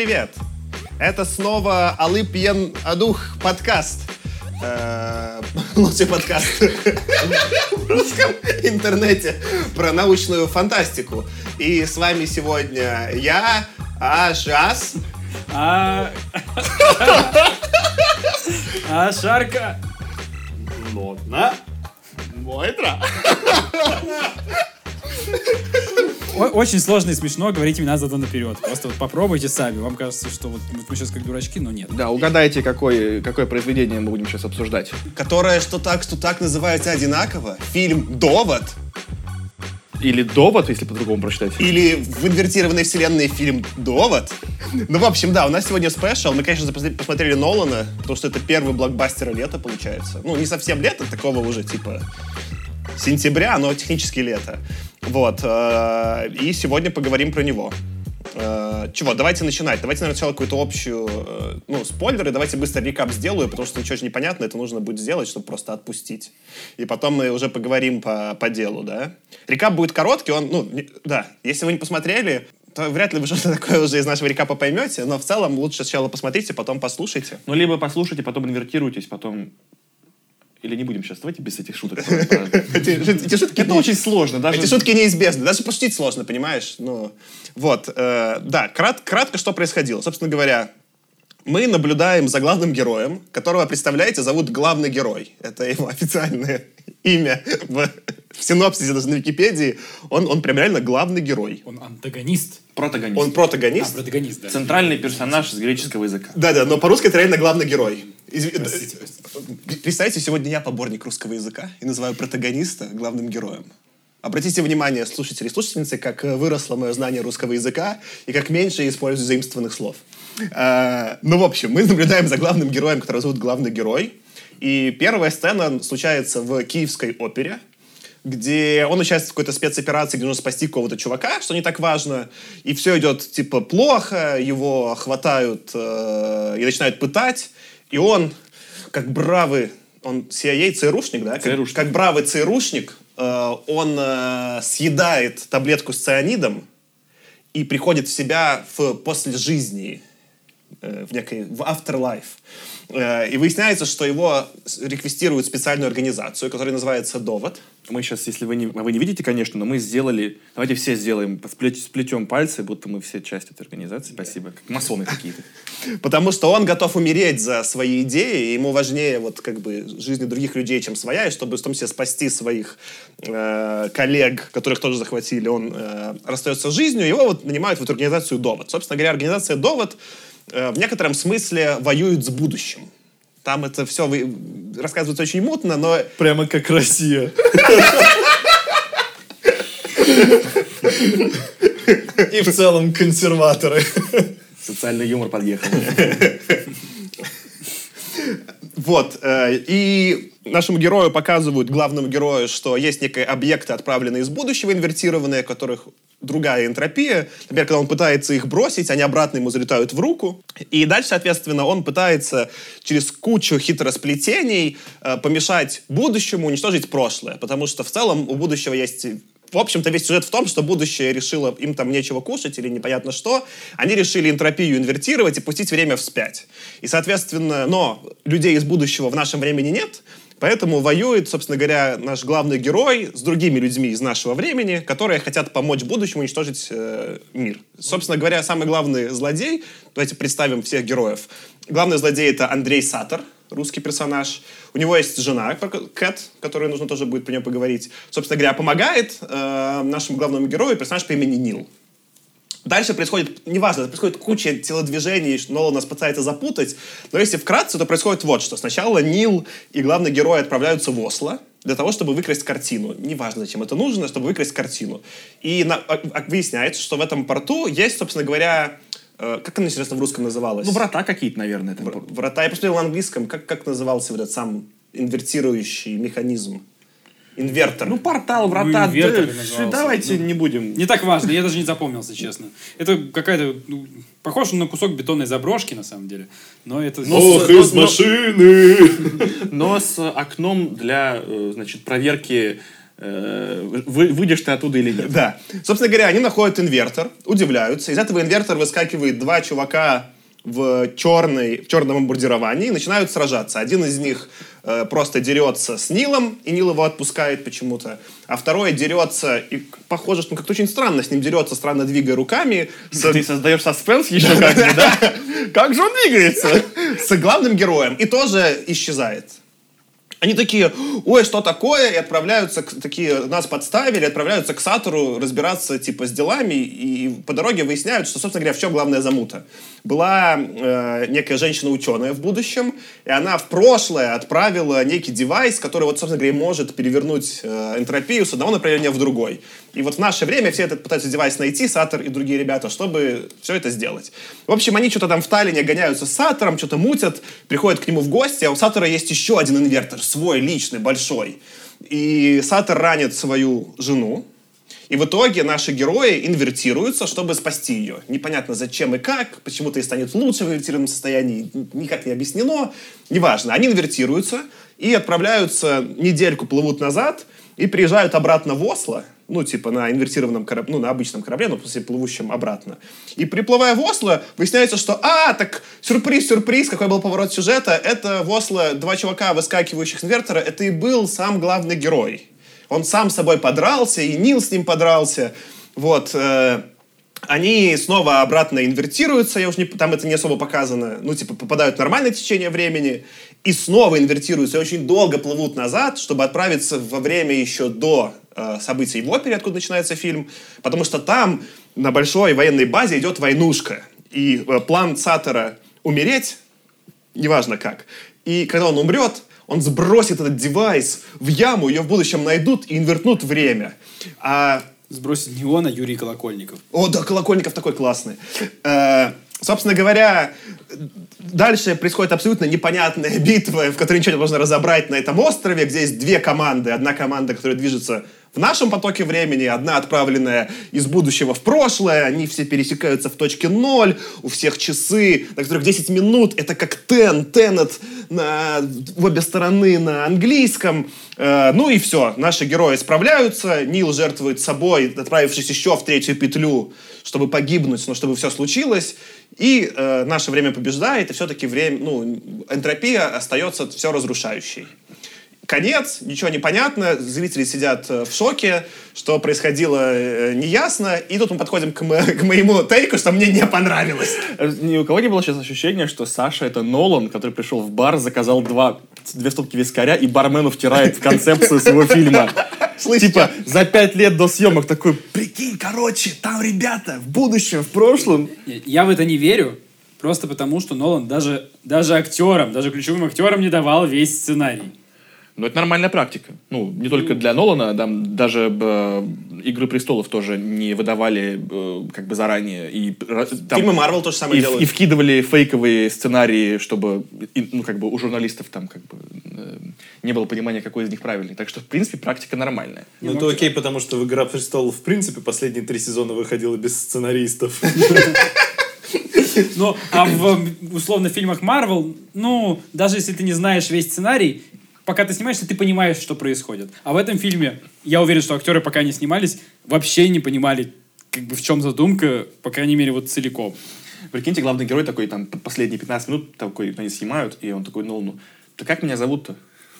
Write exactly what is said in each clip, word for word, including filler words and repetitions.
привет! Это снова Алыпьен Адух подкаст. Лучший подкаст в русском интернете про научную фантастику. И с вами сегодня я, Ашас. А... А Шарка. Модно. Мойдра. Очень сложно и смешно говорить имена задом наперед. Просто вот попробуйте сами. Вам кажется, что вот мы сейчас как дурачки, но нет. Да, угадайте, какое, какое произведение мы будем сейчас обсуждать. Которое что так, что так называется одинаково. Фильм «Довод». Или «Довод», если по-другому прочитать. Или в инвертированной вселенной фильм «Довод». Ну, в общем, да, у нас сегодня спешл. Мы, конечно, посмотрели Нолана, потому что это первый блокбастер лета, получается. Ну, не совсем лето, такого уже, типа, сентября, но технически лето. Вот. И сегодня поговорим про него. Чего, давайте начинать. Давайте, наверное, сначала какую-то общую, ну, спойлеры. Давайте быстро рекап сделаю, потому что ничего же непонятно. Это нужно будет сделать, чтобы просто отпустить. И потом мы уже поговорим по, по делу, да. Рекап будет короткий, он, ну, не, да. Если вы не посмотрели, то вряд ли вы что-то такое уже из нашего рекапа поймете. Но в целом лучше сначала посмотрите, потом послушайте. Ну, либо послушайте, потом инвертируйтесь, потом... Или не будем сейчас, давайте без этих шуток. Эти шутки... Это очень сложно. Эти шутки неизбежны. Даже пошутить сложно, понимаешь? Ну, вот. Да, кратко, что происходило. Собственно говоря, мы наблюдаем за главным героем, которого, представляете, зовут главный герой. Это его официальное имя в, в синопсисе, даже на Википедии. Он, он прям реально главный герой. Он антагонист. Протагонист. Он протагонист. А, протагонист, да. Центральный персонаж с греческого языка. Да-да, но по-русски это реально главный герой. Изв... Простите, простите. Представьте, сегодня я поборник русского языка и называю протагониста главным героем. Обратите внимание, слушатели и слушательницы, как выросло мое знание русского языка и как меньше я использую заимствованных слов. А, ну, в общем, мы наблюдаем за главным героем, которого зовут главный герой. И первая сцена случается в Киевской опере, где он участвует в какой-то спецоперации, где нужно спасти какого-то чувака, что не так важно. И все идет, типа, плохо, его хватают э, и начинают пытать. И он, как бравый, он си ай эй, ЦРУшник, да? Как, как бравый ЦРУшник, э, он э, съедает таблетку с цианидом и приходит в себя в после жизни, э, в некой, в afterlife. Э, и выясняется, что его реквестируют в специальную организацию, которая называется «Довод». Мы сейчас, если вы не, вы не видите, конечно, но мы сделали... Давайте все сделаем, сплет, сплетем пальцы, будто мы все часть этой организации. Спасибо. Как масоны какие-то. Потому что он готов умереть за свои идеи, и ему важнее вот как бы жизни других людей, чем своя, и чтобы в том числе спасти своих э, коллег, которых тоже захватили, он э, расстается с жизнью, его вот нанимают в эту организацию «Довод». Собственно говоря, организация «Довод» э, в некотором смысле воюет с будущим. Там это все вы... рассказывается очень мутно, но... Прямо как Россия. И в целом консерваторы. Социальный юмор подъехал. Вот. И нашему герою показывают, главному герою, что есть некие объекты, отправленные из будущего, инвертированные, которых другая энтропия. Например, когда он пытается их бросить, они обратно ему залетают в руку. И дальше, соответственно, он пытается через кучу хитросплетений э, помешать будущему уничтожить прошлое. Потому что в целом у будущего есть... В общем-то, весь сюжет в том, что будущее решило, им там нечего кушать или непонятно что. Они решили энтропию инвертировать и пустить время вспять. И, соответственно, но людей из будущего в нашем времени нет, поэтому воюет, собственно говоря, наш главный герой с другими людьми из нашего времени, которые хотят помочь будущему уничтожить э, мир. Собственно говоря, самый главный злодей, давайте представим всех героев. Главный злодей — это Андрей Саттер, русский персонаж. У него есть жена, Кэт, которой нужно тоже будет про нее поговорить. Собственно говоря, помогает э, нашему главному герою персонаж по имени Нил. Дальше происходит, неважно, происходит куча телодвижений, Нолан нас пытается запутать, но если вкратце, то происходит вот что. Сначала Нил и главный герой отправляются в Осло для того, чтобы выкрасть картину. Неважно, зачем это нужно, чтобы выкрасть картину. И на, а, выясняется, что в этом порту есть, собственно говоря, э, как она, интересно, в русском называлась? Ну, врата какие-то, наверное. Там. Врата. Я посмотрел на английском, как, как назывался вот этот сам инвертирующий механизм. Инвертор. Ну, портал, врата. Ну, инвертор да, давайте ну, не будем. Не так важно, я даже не запомнился, честно. Это какая-то... Ну, похоже на кусок бетонной заброшки, на самом деле. Но это... Ох, из машины! Но с окном для, значит, проверки э, вы, выйдешь ты оттуда или нет. Да. Собственно говоря, они находят инвертор, удивляются. Из этого инвертора выскакивает два чувака в, черной, в черном бомбардировании и начинают сражаться. Один из них э, просто дерется с Нилом, и Нил его отпускает почему-то. А второй дерется, и похоже, что ну, как-то очень странно с ним дерется, странно двигая руками. С... Ты создаешь саспенс еще как бы, да? Как же он двигается? С главным героем. И тоже исчезает. Они такие, ой, что такое? И отправляются, к, такие, нас подставили, отправляются к Сатору разбираться, типа, с делами, и, и по дороге выясняют, что, собственно говоря, в чем главная замута. Была э, некая женщина-ученая в будущем, и она в прошлое отправила некий девайс, который, вот, собственно говоря, может перевернуть э, энтропию с одного направления в другой. И вот в наше время все это пытаются девайс найти, Сатор и другие ребята, чтобы все это сделать. В общем, они что-то там в Таллине гоняются с Сатором, что-то мутят, приходят к нему в гости, а у Сатора есть еще один инвертор, свой, личный, большой. И Сатор ранит свою жену, и в итоге наши герои инвертируются, чтобы спасти ее. Непонятно зачем и как, почему-то и станет лучше в инвертированном состоянии, никак не объяснено. Неважно, они инвертируются и отправляются, недельку плывут назад и приезжают обратно в Осло, ну, типа на инвертированном корабле, ну, на обычном корабле, но после плывущем обратно. И приплывая в Осло, выясняется, что, а, так, сюрприз, сюрприз, какой был поворот сюжета, это в Осло два чувака, выскакивающих с инвертора, это и был сам главный герой. Он сам с собой подрался, и Нил с ним подрался. Вот. Э, они снова обратно инвертируются, я уж не, там это не особо показано, ну, типа, попадают в нормальное течение времени, и снова инвертируются, и очень долго плывут назад, чтобы отправиться во время еще до э, событий в опере, откуда начинается фильм, потому что там на большой военной базе идет войнушка, и э, план Сатора умереть, неважно как, и когда он умрет, он сбросит этот девайс в яму, ее в будущем найдут и инвертнут время. А... Сбросит не он, а Юрий Колокольников. О, да, Колокольников такой классный. Э, собственно говоря, дальше происходит абсолютно непонятная битва, в которой ничего невозможно разобрать на этом острове, где есть две команды. Одна команда, которая движется в нашем потоке времени, одна отправленная из будущего в прошлое, они все пересекаются в точке ноль, у всех часы, на которых десять минут, это как тен, тенет на, в обе стороны на английском. Э, ну и все, наши герои справляются, Нил жертвует собой, отправившись еще в третью петлю, чтобы погибнуть, но чтобы все случилось, и э, наше время побеждает, и все-таки время, ну, энтропия остается все разрушающей. Конец, ничего не понятно, зрители сидят в шоке, что происходило неясно, и тут мы подходим к, мо- к моему тейку, что мне не понравилось. Ни у кого не было сейчас ощущения, что Саша — это Нолан, который пришел в бар, заказал два, две стопки вискаря и бармену втирает в концепцию своего фильма. Слышите? Типа, за пять лет до съемок такой, прикинь, короче, там ребята в будущем, в прошлом. Я в это не верю, просто потому, что Нолан даже, даже актерам, даже ключевым актерам не давал весь сценарий. Но это нормальная практика. Ну, не только для Нолана, там даже э, «Игры престолов» тоже не выдавали э, как бы заранее. И, там, Фильмы Марвел то же самое и, делают. И вкидывали фейковые сценарии, чтобы и, ну, как бы у журналистов там как бы э, не было понимания, какой из них правильный. Так что, в принципе, практика нормальная. Ну, это окей, потому что в «Игра престолов» в принципе последние три сезона выходила без сценаристов. Ну, а в, условно, фильмах Марвел, ну, даже если ты не знаешь весь сценарий, пока ты снимаешься, ты понимаешь, что происходит. А в этом фильме, я уверен, что актеры, пока не снимались, вообще не понимали, как бы в чем задумка, по крайней мере, вот целиком. Прикиньте, главный герой такой, там, последние пятнадцать минут такой, они снимают, и он такой, ну, ну, да как меня зовут-то?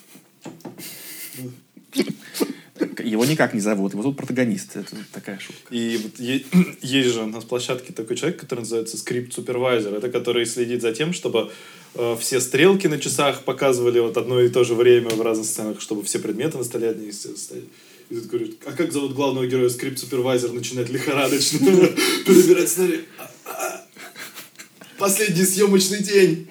Его никак не зовут, его зовут протагонист. Это такая шутка. И вот е- есть же у нас на площадке такой человек, который называется скрипт-супервайзер. Это который следит за тем, чтобы э, все стрелки на часах показывали вот одно и то же время в разных сценах, чтобы все предметы на столе одни стояли. И тут говорит, а как зовут главного героя? Скрипт-супервайзер начинает лихорадочно перебирать сценарий. Последний съемочный день.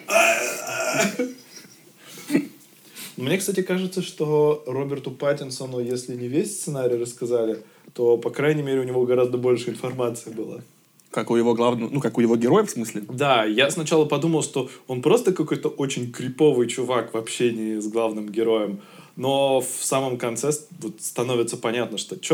Мне, кстати, кажется, что Роберту Паттинсону, если не весь сценарий рассказали, то, по крайней мере, у него гораздо больше информации было. Как у его главного, ну, как у его героя, в смысле? Да, я сначала подумал, что он просто какой-то очень криповый чувак в общении с главным героем, но в самом конце вот становится понятно, что, черт,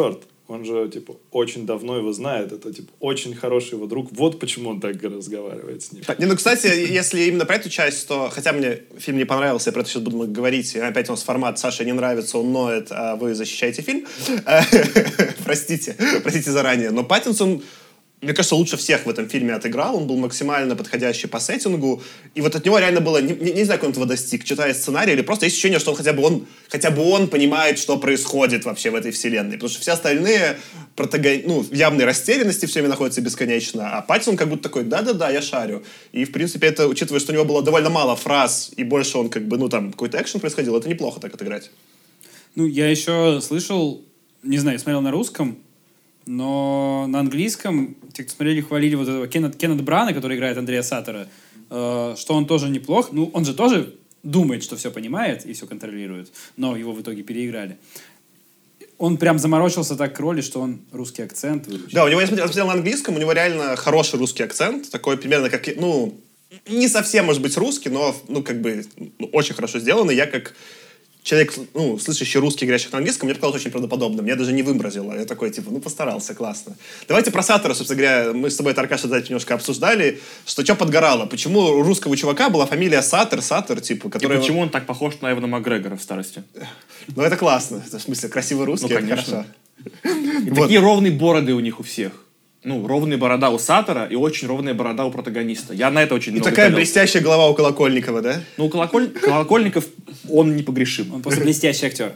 Он же, типа, очень давно его знает. Это, типа, очень хороший его друг. Вот почему он так разговаривает с ним. Не, ну, кстати, если именно про эту часть, то... Хотя мне фильм не понравился, я про это сейчас буду говорить. И опять у нас формат «Саше не нравится, он ноет, а вы защищаете фильм». Простите, простите заранее. Но Паттинсон, мне кажется, лучше всех в этом фильме отыграл. Он был максимально подходящий по сеттингу. И вот от него реально было... Не, не, не знаю, как он этого достиг, читая сценарий, или просто есть ощущение, что он хотя бы он, хотя бы он понимает, что происходит вообще в этой вселенной. Потому что все остальные протагон... ну, в явной растерянности все время находятся бесконечно. А Паттинсон как будто такой, да-да-да, я шарю. И, в принципе, это, учитывая, что у него было довольно мало фраз, и больше он как бы, ну, там, какой-то экшен происходил, это неплохо так отыграть. Ну, я еще слышал, не знаю, смотрел на русском, но на английском, те, кто смотрели, хвалили вот этого Кеннет, Кеннет Брана, который играет Андрея Саттера, э, что он тоже неплох. Ну, он же тоже думает, что все понимает и все контролирует, но его в итоге переиграли. Он прям заморочился так к роли, что он русский акцент выучил. Да, у него, я смотрел, я смотрел на английском, у него реально хороший русский акцент, такой примерно как, ну, не совсем, может быть, русский, но, ну, как бы, ну, очень хорошо сделанный. Я как... человек, ну, слышащий русский, говорящий на английском, мне показалось очень правдоподобно. Меня даже не вымразило. Я такой, типа, ну, постарался, классно. Давайте про Саттера, собственно говоря, мы с тобой, Аркаша, давайте немножко обсуждали, что что подгорало. Почему у русского чувака была фамилия Саттер, Саттер, типа, который... И почему он так похож на Эвана Макгрегора в старости? Ну, это классно. Это, в смысле, красивый русский, Ну, это конечно. хорошо. И Вот. такие ровные бороды у них у всех. Ну, ровная борода у Саттера и очень ровная борода у протагониста. Я на это очень И много такая пялился. блестящая голова у Колокольникова, да? Ну, у Колоколь... Колокольников он непогрешим. Он просто блестящий актер.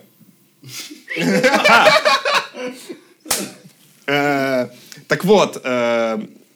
Э, Так вот, э,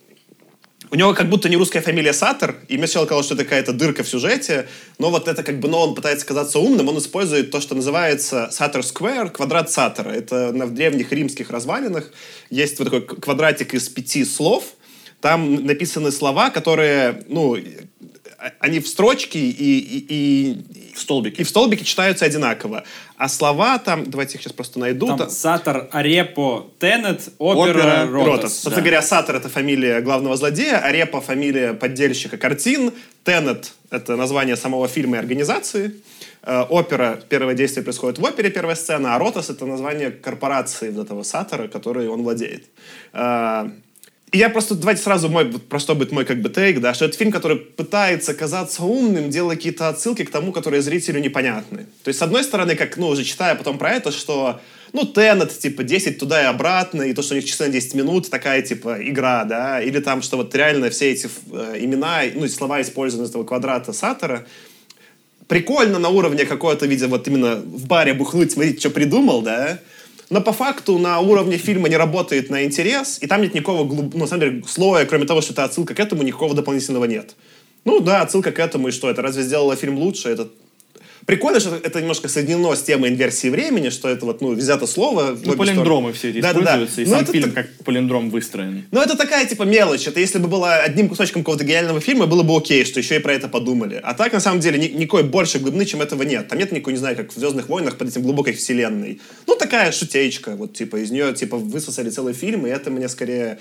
у него как будто не русская фамилия Саттер, и мне сначала казалось, что это какая-то дырка в сюжете, но вот это как бы, но он пытается казаться умным, он использует то, что называется Саттер Сквер, квадрат Саттера. Это на, в древних римских развалинах есть вот такой квадратик из пяти слов, там написаны слова, которые, ну, они в строчке и, и, и, В столбике. и в столбике читаются одинаково. А слова там, давайте я их сейчас просто найду. Там Та- Саттер, Арепо, Теннет, Опера, Опера, Ротас. Ротас. Собственно говоря, Саттер — это фамилия главного злодея, Арепа — фамилия поддельщика картин, Теннет — это название самого фильма и организации, Э, опера, первое действие происходит в опере, первая сцена, а Ротас — это название корпорации вот этого Саттера, которой он владеет. Э, И я просто, давайте сразу мой, вот про что будет мой как бы тейк, да, что это фильм, который пытается казаться умным, делая какие-то отсылки к тому, которые зрителю непонятны. То есть, с одной стороны, как, ну, уже читая потом про это, что, ну, Теннет, типа, десять туда и обратно, и то, что у них часы на десять минут, такая, типа, игра, да, или там, что вот реально все эти э, имена, ну, слова использованы из этого квадрата Саттера. Прикольно на уровне какого-то, видя, вот именно в баре бухнуть, смотрите, что придумал, да, но по факту на уровне фильма не работает на интерес, и там нет никакого глуб... ну, на самом деле, слоя, кроме того, что это отсылка к этому, никакого дополнительного нет. Ну да, отсылка к этому, и что, это разве сделало фильм лучше? Это... Прикольно, что это немножко соединено с темой инверсии времени, что это вот, ну, взято слово... в Ну, обе палиндромы стороны. все эти Да, да, да. используются, и Но сам это фильм так- как палиндром выстроен. Ну, это такая, типа, мелочь. Это если бы было одним кусочком какого-то гениального фильма, было бы окей, что еще и про это подумали. А так, на самом деле, ни- никакой больше глубины, чем этого нет. Там нет никакой, не знаю, как в «Звездных войнах» под этим глубокой вселенной. Ну, такая шутеечка. Вот, типа, из нее, типа, высосали целый фильм, и это мне скорее,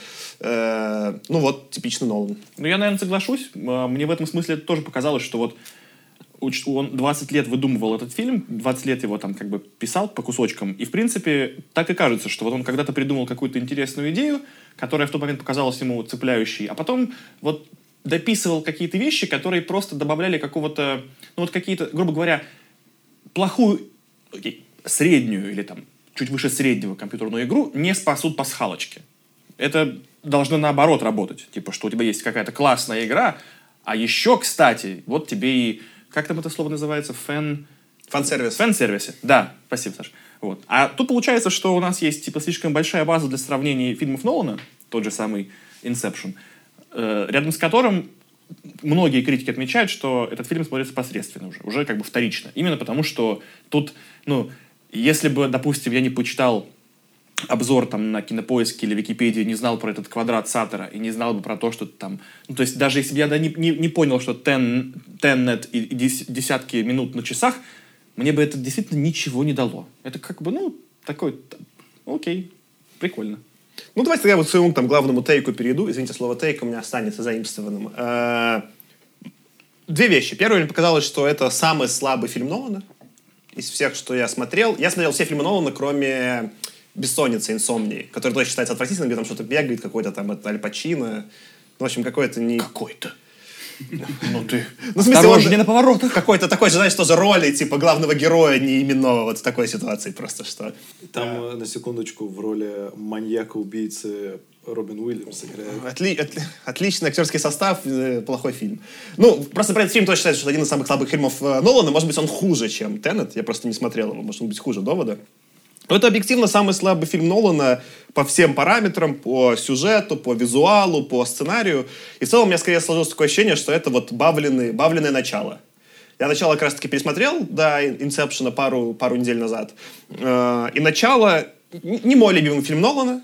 э, ну, вот, типичный Нолан. Ну, я, наверное, соглашусь. А, Мне в этом смысле тоже показалось, что вот уч- он двадцать лет выдумывал этот фильм, двадцать лет его там как бы писал по кусочкам, и, в принципе, так и кажется, что вот он когда-то придумал какую-то интересную идею, которая в тот момент показалась ему цепляющей, а потом вот дописывал какие-то вещи, которые просто добавляли какого-то, ну, вот какие-то, грубо говоря, плохую, окей, среднюю или там чуть выше среднего компьютерную игру не спасут пасхалочки. Это должно наоборот работать. Типа, что у тебя есть какая-то классная игра, а еще, кстати, вот тебе и... Как там это слово называется? Фэн... Фан-сервис. Фэн-сервисе. Да, спасибо, Саш. Вот. А тут получается, что у нас есть типа слишком большая база для сравнения фильмов Нолана, тот же самый Inception, э, рядом с которым многие критики отмечают, что этот фильм смотрится посредственно уже, уже как бы вторично. Именно потому, что тут, ну, если бы, допустим, я не почитал обзор там на Кинопоиске или Википедии, не знал про этот квадрат Саттера и не знал бы про то, что там... Ну, то есть даже если бы я да, не, не, не понял, что ten, ten-net и, и дес- десятки минут на часах, мне бы это действительно ничего не дало. Это как бы, ну, такой... т- Окей, прикольно. Ну, давайте я вот к своему там главному тейку перейду. Извините, слово тейк у меня останется заимствованным. Э, Две вещи. Первое, мне показалось, что это самый слабый фильм Нолана из всех, что я смотрел. Я смотрел все фильмы Нолана, кроме бессонницей, инсомнией, который тоже считается отвратительным, где там что-то бегает, какой-то там от Аль Пачино. Ну, в общем, какой-то не... Какой-то. Ну ты... Ну, в смысле, осторожнее он на поворотах. какой-то такой же, знаешь, тоже роли, типа, главного героя не именного вот в такой ситуации просто, что... Там, э, на секундочку, в роли маньяка-убийцы Робин Уильямс играет. Отли- отли- отличный актерский состав, э, плохой фильм. Ну, просто про этот фильм тоже считается, что это один из самых слабых фильмов э, Нолана. Может быть, он хуже, чем «Тенет». Я просто не смотрел его. Может, он быть хуже «Довода». Но это объективно самый слабый фильм Нолана по всем параметрам, по сюжету, по визуалу, по сценарию. И в целом у меня скорее сложилось такое ощущение, что это вот бавленное, бавленное начало. Я начало как раз-таки пересмотрел до «Инсепшена» пару, пару недель назад. Э, И начало не мой любимый фильм Нолана,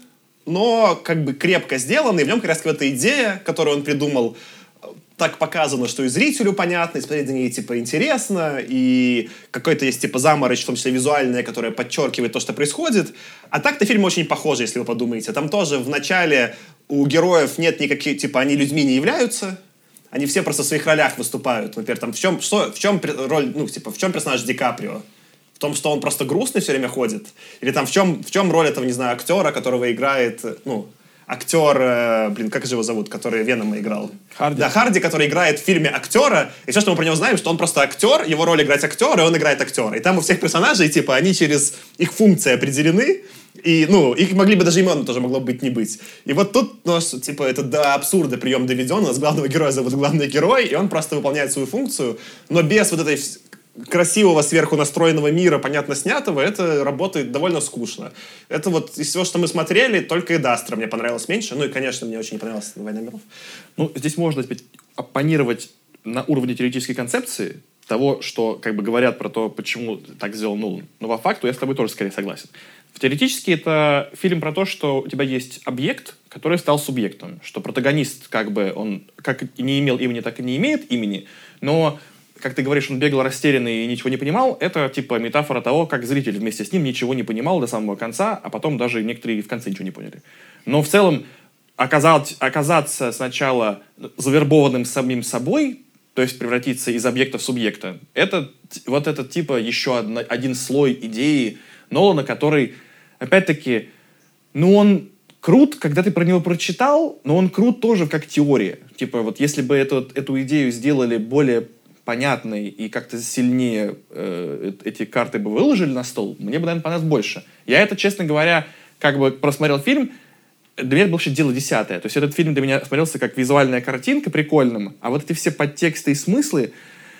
но как бы крепко сделанный. В нем как раз эта идея, которую он придумал, так показано, что и зрителю понятно, и смотреть на ней, типа, интересно, и какой-то есть, типа, заморочь, в том числе визуальная, которая подчеркивает то, что происходит. А так-то фильм очень похож, если вы подумаете. Там тоже в начале у героев нет никаких, типа, они людьми не являются, они все просто в своих ролях выступают. Например, там, в чем, что, в чем роль, ну, типа, в чем персонаж Ди Каприо? В том, что он просто грустный все время ходит? Или там в чем, в чем роль этого, не знаю, актера, которого играет, ну, актер, э, блин, как же его зовут, который Венома играл? Харди. Да, Харди, который играет в фильме актера, и все, что мы про него знаем, что он просто актер, его роль играть актера, и он играет актера. И там у всех персонажей, типа, они через их функции определены, и, ну, их могли бы даже имен тоже могло быть не быть. И вот тут, ну, типа, это до абсурда прием доведен, у нас главного героя зовут главный герой, и он просто выполняет свою функцию, но без вот этой красивого сверху настроенного мира, понятно снятого, это работает довольно скучно. Это вот из всего, что мы смотрели, только Эд Астра мне понравилось меньше. Ну и, конечно, мне очень не понравилась «Война миров». Ну, здесь можно опять оппонировать на уровне теоретической концепции того, что как бы говорят про то, почему так сделал Нолан. Но по факту я с тобой тоже скорее согласен. Теоретически это фильм про то, что у тебя есть объект, который стал субъектом. Что протагонист как бы, он как и не имел имени, так и не имеет имени, но... Как ты говоришь, он бегал растерянный и ничего не понимал, это типа метафора того, как зритель вместе с ним ничего не понимал до самого конца, а потом даже некоторые в конце ничего не поняли. Но в целом оказать, оказаться сначала завербованным самим собой, то есть превратиться из объекта в субъекта, это вот это типа еще одна, один слой идеи Нолана, который, опять-таки, ну он крут, когда ты про него прочитал, но он крут тоже как теория. Типа вот если бы эту, эту идею сделали более понятной и как-то сильнее э, эти карты бы выложили на стол, мне бы, наверное, понравилось больше. Я это, честно говоря, как бы просмотрел фильм, для меня это было вообще дело десятое. То есть этот фильм для меня смотрелся как визуальная картинка прикольным, а вот эти все подтексты и смыслы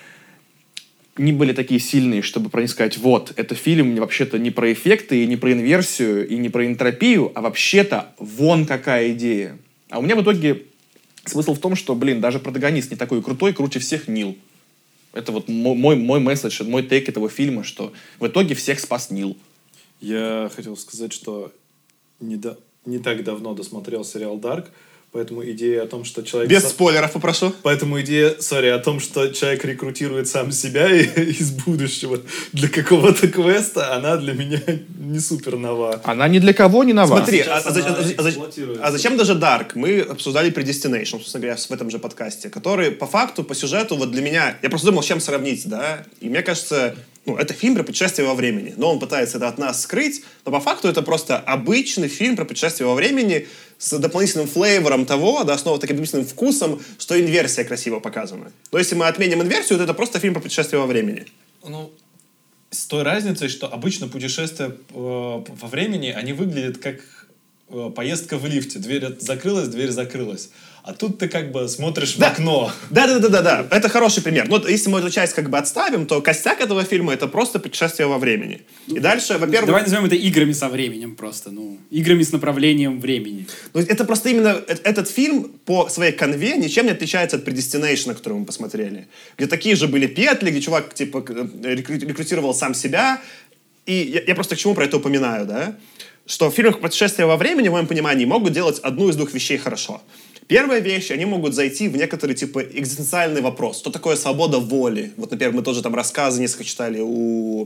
не были такие сильные, чтобы про них сказать, вот, это фильм вообще-то не про эффекты, и не про инверсию, и не про энтропию, а вообще-то вон какая идея. А у меня в итоге смысл в том, что, блин, даже протагонист не такой крутой, круче всех Нил. Это вот мой, мой месседж, мой тейк этого фильма, что в итоге всех спас Нил. Я хотел сказать, что не, до... не так давно досмотрел сериал «Дарк», поэтому идея о том, что человек... Без сам... спойлеров попрошу. Поэтому идея, сори, о том, что человек рекрутирует сам себя из будущего для какого-то квеста, она для меня не супер нова. Она ни для кого не нова. Смотри, а, а, она а, а, эксплуатируется. а зачем даже Dark? Мы обсуждали Predestination, собственно говоря, в этом же подкасте, который по факту, по сюжету, вот для меня... Я просто думал, с чем сравнить, да? И мне кажется, ну, это фильм про путешествие во времени. Но он пытается это от нас скрыть, но по факту это просто обычный фильм про путешествие во времени с дополнительным флейвором того, да, снова таким дополнительным вкусом, что инверсия красиво показана. Но если мы отменим инверсию, то это просто фильм про путешествие во времени. Ну, с той разницей, что обычно путешествия э, во времени, они выглядят как э, поездка в лифте. Дверь закрылась, дверь закрылась. А тут ты как бы смотришь Да. в окно. Да-да-да-да-да, это хороший пример. Но если мы эту часть как бы отставим, то костяк этого фильма — это просто путешествие во времени. И дальше, во-первых... Давай назовем это играми со временем просто, ну, играми с направлением времени. Ну, это просто именно э- этот фильм по своей конве ничем не отличается от Predestination, который мы посмотрели. Где такие же были петли, где чувак типа рекру- рекрутировал сам себя. И я, я просто к чему про это упоминаю, да? Что в фильмах «Путешествия во времени», в моем понимании, могут делать одну из двух вещей хорошо. Первая вещь, они могут зайти в некоторый, типа, экзистенциальный вопрос. Что такое свобода воли? Вот, например, мы тоже там рассказы несколько читали у...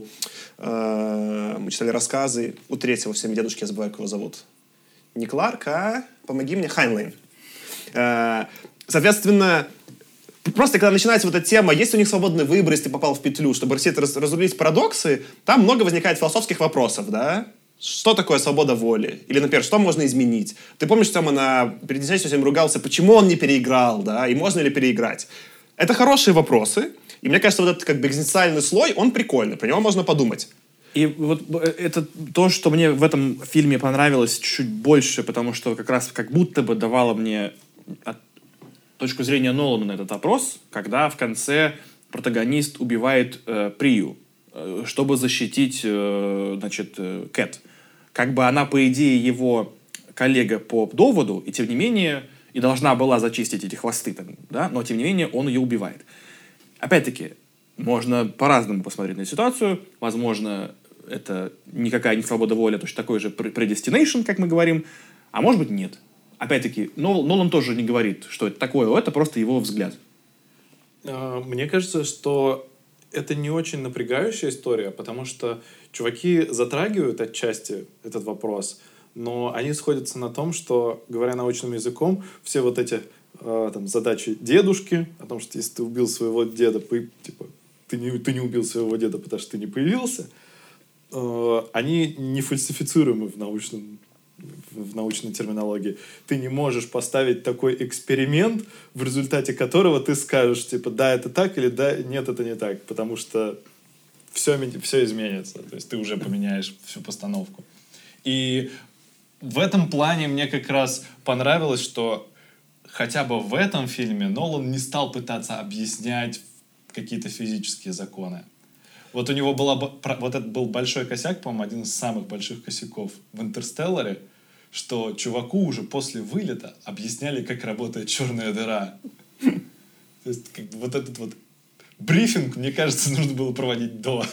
Э, мы читали рассказы у третьего всеми дедушки, я забываю, как его зовут. Не Кларк, а... Помоги мне, Хайнлайн. Э, соответственно, просто когда начинается вот эта тема, есть у них свободный выбор, если ты попал в петлю, чтобы все это раз, разрулить парадоксы, там много возникает философских вопросов, да? Что такое свобода воли? Или, например, что можно изменить? Ты помнишь, Тёма на перед этим ругался, почему он не переиграл, да, и можно ли переиграть? Это хорошие вопросы, и мне кажется, вот этот как бы экзистенциальный слой, он прикольный, про него можно подумать. И вот это то, что мне в этом фильме понравилось чуть-чуть больше, потому что как раз как будто бы давало мне от, точку зрения Нолана на этот вопрос, когда в конце протагонист убивает э, Прию, э, чтобы защитить, э, значит, э, Кэт. Как бы она, по идее, его коллега по доводу, и тем не менее, и должна была зачистить эти хвосты, там, да, но тем не менее он ее убивает. Опять-таки, можно по-разному посмотреть на ситуацию. Возможно, это никакая не свобода воли, а точно такой же predestination, как мы говорим. А может быть, нет. Опять-таки, Нолан тоже не говорит, что это такое, это просто его взгляд. Мне кажется, что это не очень напрягающая история, потому что чуваки затрагивают отчасти этот вопрос, но они сходятся на том, что, говоря научным языком, все вот эти э, там, задачи дедушки, о том, что если ты убил своего деда, типа, ты не, ты не убил своего деда, потому что ты не появился, э, они не фальсифицируемы в научном в научной терминологии. Ты не можешь поставить такой эксперимент, в результате которого ты скажешь, типа, да, это так, или да, нет, это не так, потому что все, все изменится. То есть ты уже поменяешь всю постановку. И в этом плане мне как раз понравилось, что хотя бы в этом фильме Нолан не стал пытаться объяснять какие-то физические законы. Вот у него была, вот это был большой косяк, по-моему, один из самых больших косяков в «Интерстелларе», что чуваку уже после вылета объясняли, как работает черная дыра. То есть как бы вот этот вот брифинг, мне кажется, нужно было проводить до.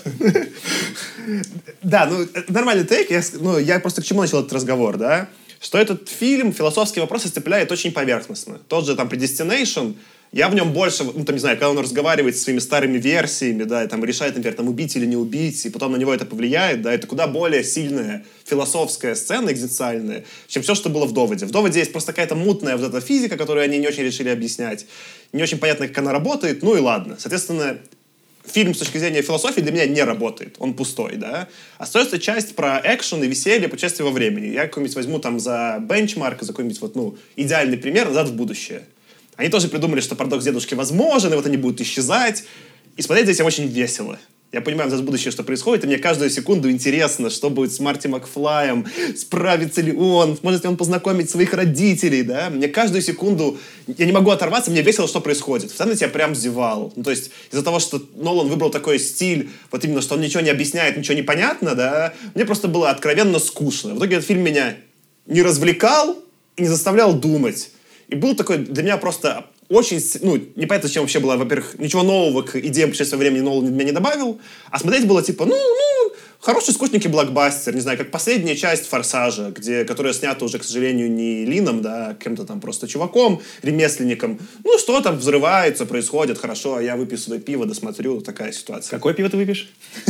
Да, ну, нормальный тейк. Я, ну, я просто к чему начал этот разговор, да? Что этот фильм философские вопросы цепляет очень поверхностно. Тот же там Predestination, я в нем больше, ну, там, не знаю, когда он разговаривает со своими старыми версиями, да, и там решает, например, там, убить или не убить, и потом на него это повлияет, да, это куда более сильная философская сцена экзистенциальная, чем все, что было в «Доводе». В «Доводе» есть просто какая-то мутная вот эта физика, которую они не очень решили объяснять, не очень понятно, как она работает, ну и ладно. Соответственно, фильм с точки зрения философии для меня не работает, он пустой, да. Остается часть про экшен и веселье, путешествие во времени. Я какой-нибудь возьму там за бенчмарк, за какой-нибудь вот, ну, идеальный пример «Назад в будущее». Они тоже придумали, что парадокс дедушки возможен, и вот они будут исчезать. И смотреть за этим очень весело. Я понимаю, «Назад в будущее», что происходит, и мне каждую секунду интересно, что будет с Марти Макфлаем, справится ли он, может ли он познакомить своих родителей, да. Мне каждую секунду, я не могу оторваться, мне весело, что происходит. В самом деле я прям зевал. Ну, то есть из-за того, что Нолан выбрал такой стиль, вот именно, что он ничего не объясняет, ничего не понятно, да, мне просто было откровенно скучно. В итоге этот фильм меня не развлекал и не заставлял думать. И был такой для меня просто очень, ну, непонятно, зачем вообще было, во-первых, ничего нового к идеям путешествия во времени Нолан меня не добавил, а смотреть было типа, ну, ну, хороший скучненький блокбастер, не знаю, как последняя часть «Форсажа», где, которая снята уже, к сожалению, не Лином, да, а кем-то там просто чуваком, ремесленником. Ну, что там взрывается, происходит, хорошо, а я выпью свое пиво, досмотрю, такая ситуация. Какое пиво ты выпьешь?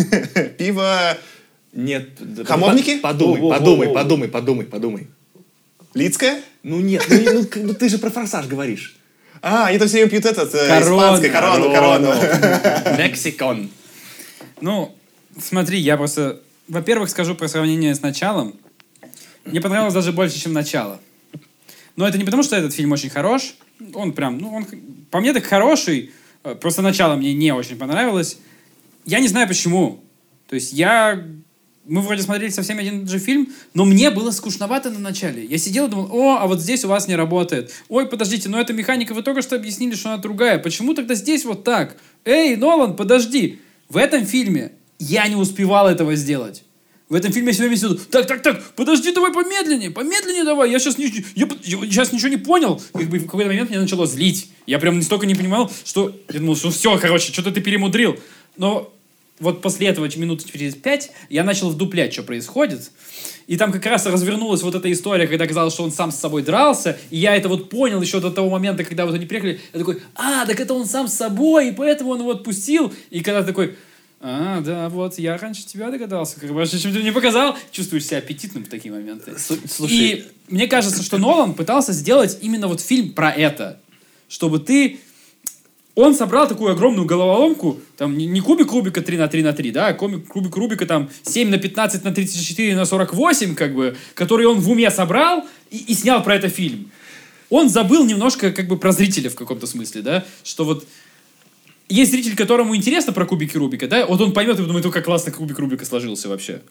Пиво... Нет. Хамовники? Подумай, подумай, подумай, подумай, подумай. Лицкое? Ну нет, ну, ну, ну ты же про «Форсаж» говоришь. А, они там все время пьют этот, э, Корону. испанский, корону, корону. Мексикон. Ну, смотри, я просто, во-первых, скажу про сравнение с началом. Мне понравилось даже больше, чем начало. Но это не потому, что этот фильм очень хорош. Он прям, ну, он по мне так хороший. Просто начало мне не очень понравилось. Я не знаю почему. То есть я... Мы вроде смотрели совсем один же фильм, но мне было скучновато на начале. Я сидел и думал, о, а вот здесь у вас не работает. Ой, подождите, но эта механика, вы только что объяснили, что она другая. Почему тогда здесь вот так? Эй, Нолан, подожди. В этом фильме я не успевал этого сделать. В этом фильме я все время сидел, так, так, так, подожди, давай помедленнее, помедленнее давай. Я сейчас, не, я, я сейчас ничего не понял. Как бы в какой-то момент меня начало злить. Я прям настолько не понимал, что... Я думал, что все, короче, что-то ты перемудрил. Но... Вот после этого, минут через пять, я начал вдуплять, что происходит. И там как раз развернулась вот эта история, когда казалось, что он сам с собой дрался. И я это вот понял еще до того момента, когда вот они приехали. Я такой, а, так это он сам с собой, и поэтому он его отпустил. И когда такой, а, да, вот, я раньше тебя догадался. Как бы, чем ты мне показал, чувствуешь себя аппетитным в такие моменты. Слушай. И мне кажется, что Нолан пытался сделать именно вот фильм про это. Чтобы ты... он собрал такую огромную головоломку, там не, не кубик Рубика три на три на три, да, а кубик, кубик Рубика там семь на пятнадцать на тридцать четыре на сорок восемь, как бы, который он в уме собрал и, и снял про это фильм. Он забыл немножко как бы про зрителя в каком-то смысле, да, что вот есть зритель, которому интересно про кубики Рубика, да, вот он поймет и думает, как классно кубик Рубика сложился вообще.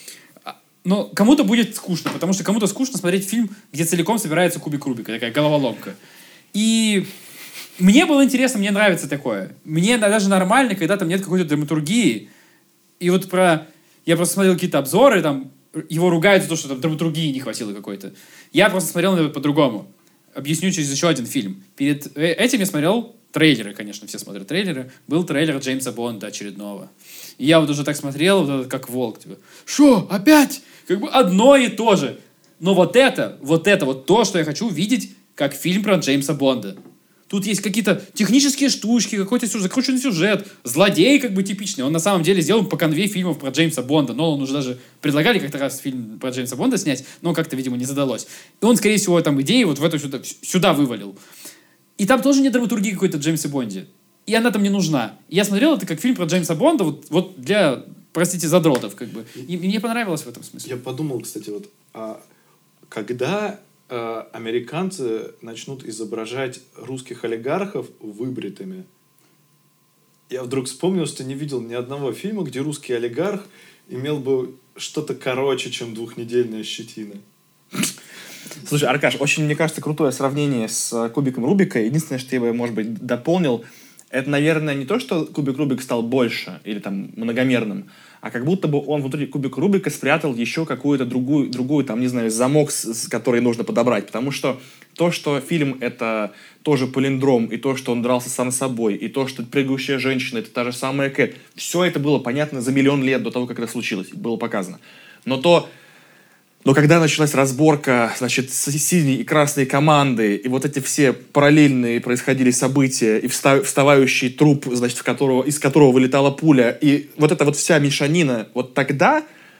Но кому-то будет скучно, потому что кому-то скучно смотреть фильм, где целиком собирается кубик Рубика, такая головоломка. И мне было интересно, мне нравится такое. Мне даже нормально, когда там нет какой-то драматургии. И вот про... Я просто смотрел какие-то обзоры, там его ругают за то, что там драматургии не хватило какой-то. Я просто смотрел на это по-другому. Объясню через еще один фильм. Перед этим я смотрел трейлеры, конечно, все смотрят трейлеры. Был трейлер Джеймса Бонда очередного. И я вот уже так смотрел, вот этот, как волк. Типа, шо, опять? Как бы одно и то же. Но вот это, вот это, вот то, что я хочу видеть, как фильм про Джеймса Бонда. Тут есть какие-то технические штучки, какой-то сюжет, закрученный сюжет. Злодей как бы типичный. Он на самом деле сделан по конве фильмов про Джеймса Бонда. Но он уже даже предлагали как-то раз фильм про Джеймса Бонда снять, но как-то, видимо, не задалось. И он, скорее всего, там идеи вот в эту сюда, сюда вывалил. И там тоже нет драматургии какой-то в Джеймсе Бонде. И она там не нужна. И я смотрел это как фильм про Джеймса Бонда, вот, вот для, простите, задротов, как бы. И мне понравилось в этом смысле. Я подумал, кстати, вот, а когда а, американцы начнут изображать русских олигархов выбритыми, я вдруг вспомнил, что не видел ни одного фильма, где русский олигарх имел бы что-то короче, чем двухнедельная щетина. Слушай, Аркаш, очень, мне кажется, крутое сравнение с кубиком Рубика. Единственное, что я бы, может быть, дополнил, это, наверное, не то, что кубик Рубика стал больше или там многомерным, а как будто бы он внутри кубика Рубика спрятал еще какую-то другую, другую там, не знаю, замок, с, с который нужно подобрать. Потому что то, что фильм — это тоже палиндром, и то, что он дрался сам с собой, и то, что прыгающая женщина — это та же самая Кэт, все это было понятно за миллион лет до того, как это случилось, было показано. Но то... Но когда началась разборка, значит, синей и красной команды, и вот эти все параллельные происходили события, и вставающий труп, значит, в которого, из которого вылетала пуля, и вот эта вот вся мешанина, вот тогда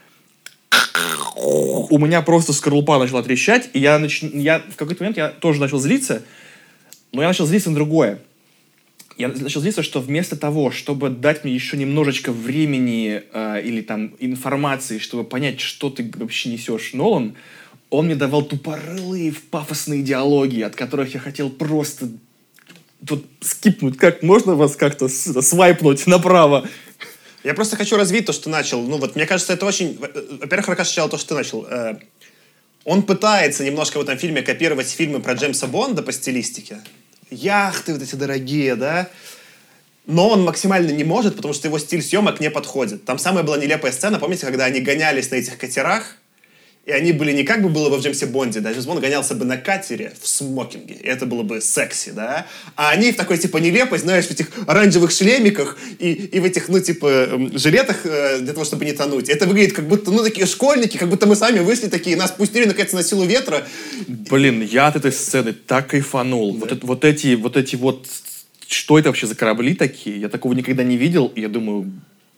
у меня просто скорлупа начала трещать, и я, нач... я в какой-то момент я тоже начал злиться, но я начал злиться на другое. Я начал злиться, что вместо того, чтобы дать мне еще немножечко времени э, или там информации, чтобы понять, что ты вообще несешь, Нолан, он мне давал тупорылые пафосные диалоги, от которых я хотел просто тут скипнуть. Как можно вас как-то свайпнуть направо? Я просто хочу развить то, что начал. Ну вот, мне кажется, это очень... Во-первых, Аркаш, сначала то, что ты начал. Он пытается немножко в этом фильме копировать фильмы про Джеймса Бонда по стилистике. Яхты вот эти дорогие, да? Но он максимально не может, потому что его стиль съемок не подходит. Там самая была нелепая сцена, помните, когда они гонялись на этих катерах, и они были не как бы было бы в Джеймсе Бонде, да, Джеймс Бонд гонялся бы на катере в смокинге, и это было бы секси, да, а они в такой, типа, нелепой, знаешь, в этих оранжевых шлемиках и, и в этих, ну, типа, жилетах для того, чтобы не тонуть. Это выглядит как будто, ну, такие школьники, как будто мы сами вышли такие, нас пустили, наконец, на силу ветра. Блин, я от этой сцены так кайфанул. Да. Вот, это, вот эти, вот эти вот, что это вообще за корабли такие? Я такого никогда не видел, и я думаю,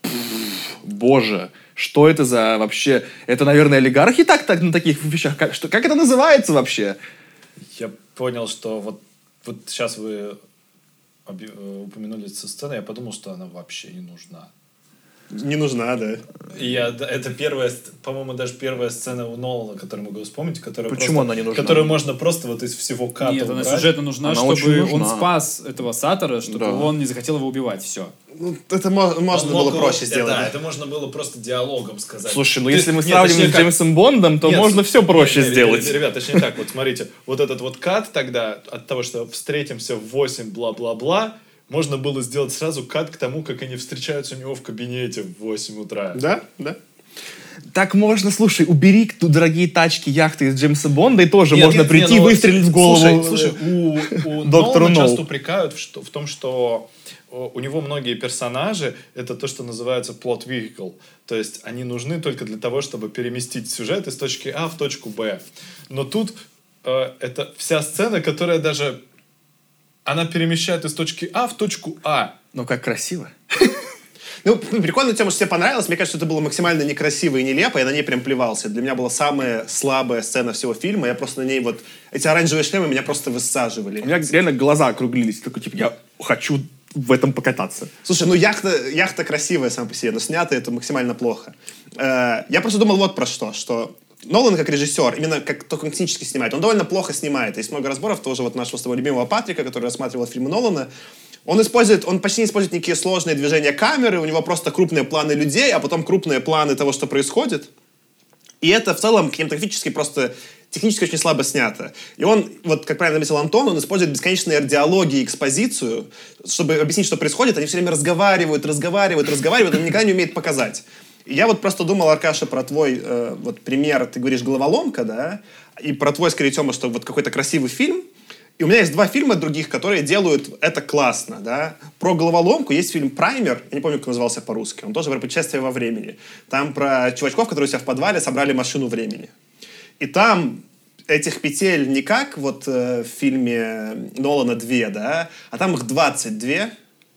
боже, что это за вообще... Это, наверное, олигархи так, так на таких вещах? Как, что, как это называется вообще? Я понял, что вот, вот сейчас вы упомянули эту сцену, я подумал, что она вообще не нужна. Не нужна, да. И я, это первая, по-моему, даже первая сцена у Нолана, которую могу вспомнить, которая Почему просто, она не нужна? которую можно просто вот из всего ката Нет, убрать. она сюжетно нужна, Она чтобы нужна. он спас этого Саттора, чтобы Да. он не захотел его убивать. Все. Ну, это мо- можно Он было мог проще его- сделать. Да, это можно было просто диалогом сказать. Слушай, ну Ты- если мы нет, сравниваем точнее, с Джеймсом Бондом, то Нет, можно все проще нет, сделать. Ребят, ребят, точнее так, вот смотрите, вот этот вот кат тогда, от того, что встретимся в восемь, бла-бла-бла, можно было сделать сразу кат к тому, как они встречаются у него в кабинете в восемь утра. Да, да. Так можно, слушай, убери тут дорогие тачки, яхты из Джеймса Бонда, и тоже Нет, можно нет, прийти нет, и ну, выстрелить в голову. Слушай, слушай, у, у доктору Нолана Ноу. часто упрекают в, что, в том, что у него многие персонажи это то, что называется plot vehicle. То есть они нужны только для того, чтобы переместить сюжет из точки А в точку Б. Но тут э, это вся сцена, которая даже... Она перемещает из точки А в точку А. Ну, как красиво. Ну, прикольно тема, что тебе понравилось. Мне кажется, это было максимально некрасиво и нелепо, я на ней прям плевался. Для меня была самая слабая сцена всего фильма. Я просто на ней вот... Эти оранжевые шлемы меня просто высаживали. У меня реально глаза округлились. Такой, типа, я хочу в этом покататься. Слушай, ну яхта, яхта красивая сама по себе, но снято это максимально плохо. Э, я просто думал вот про что, что Нолан как режиссер, именно как только технически снимает, он довольно плохо снимает. Есть много разборов тоже вот нашего с тобой любимого Патрика, который рассматривал фильмы Нолана. Он использует, он почти не использует никакие сложные движения камеры, у него просто крупные планы людей, а потом крупные планы того, что происходит. И это в целом кинематографически просто технически очень слабо снято. И он, вот как правильно заметил Антон, он использует бесконечные диалоги и экспозицию, чтобы объяснить, что происходит. Они все время разговаривают, разговаривают, разговаривают, он никогда не умеет показать. И я вот просто думал, Аркаша, про твой э, вот пример, ты говоришь, головоломка, да, и про твой, скорее, Тёма, что вот какой-то красивый фильм. И у меня есть два фильма других, которые делают это классно, да. Про головоломку есть фильм «Праймер», я не помню, как назывался по-русски, он тоже про путешествие во времени. Там про чувачков, которые у себя в подвале собрали машину времени. И там этих петель не как вот э, в фильме Нолана две, да, а там их двадцать две.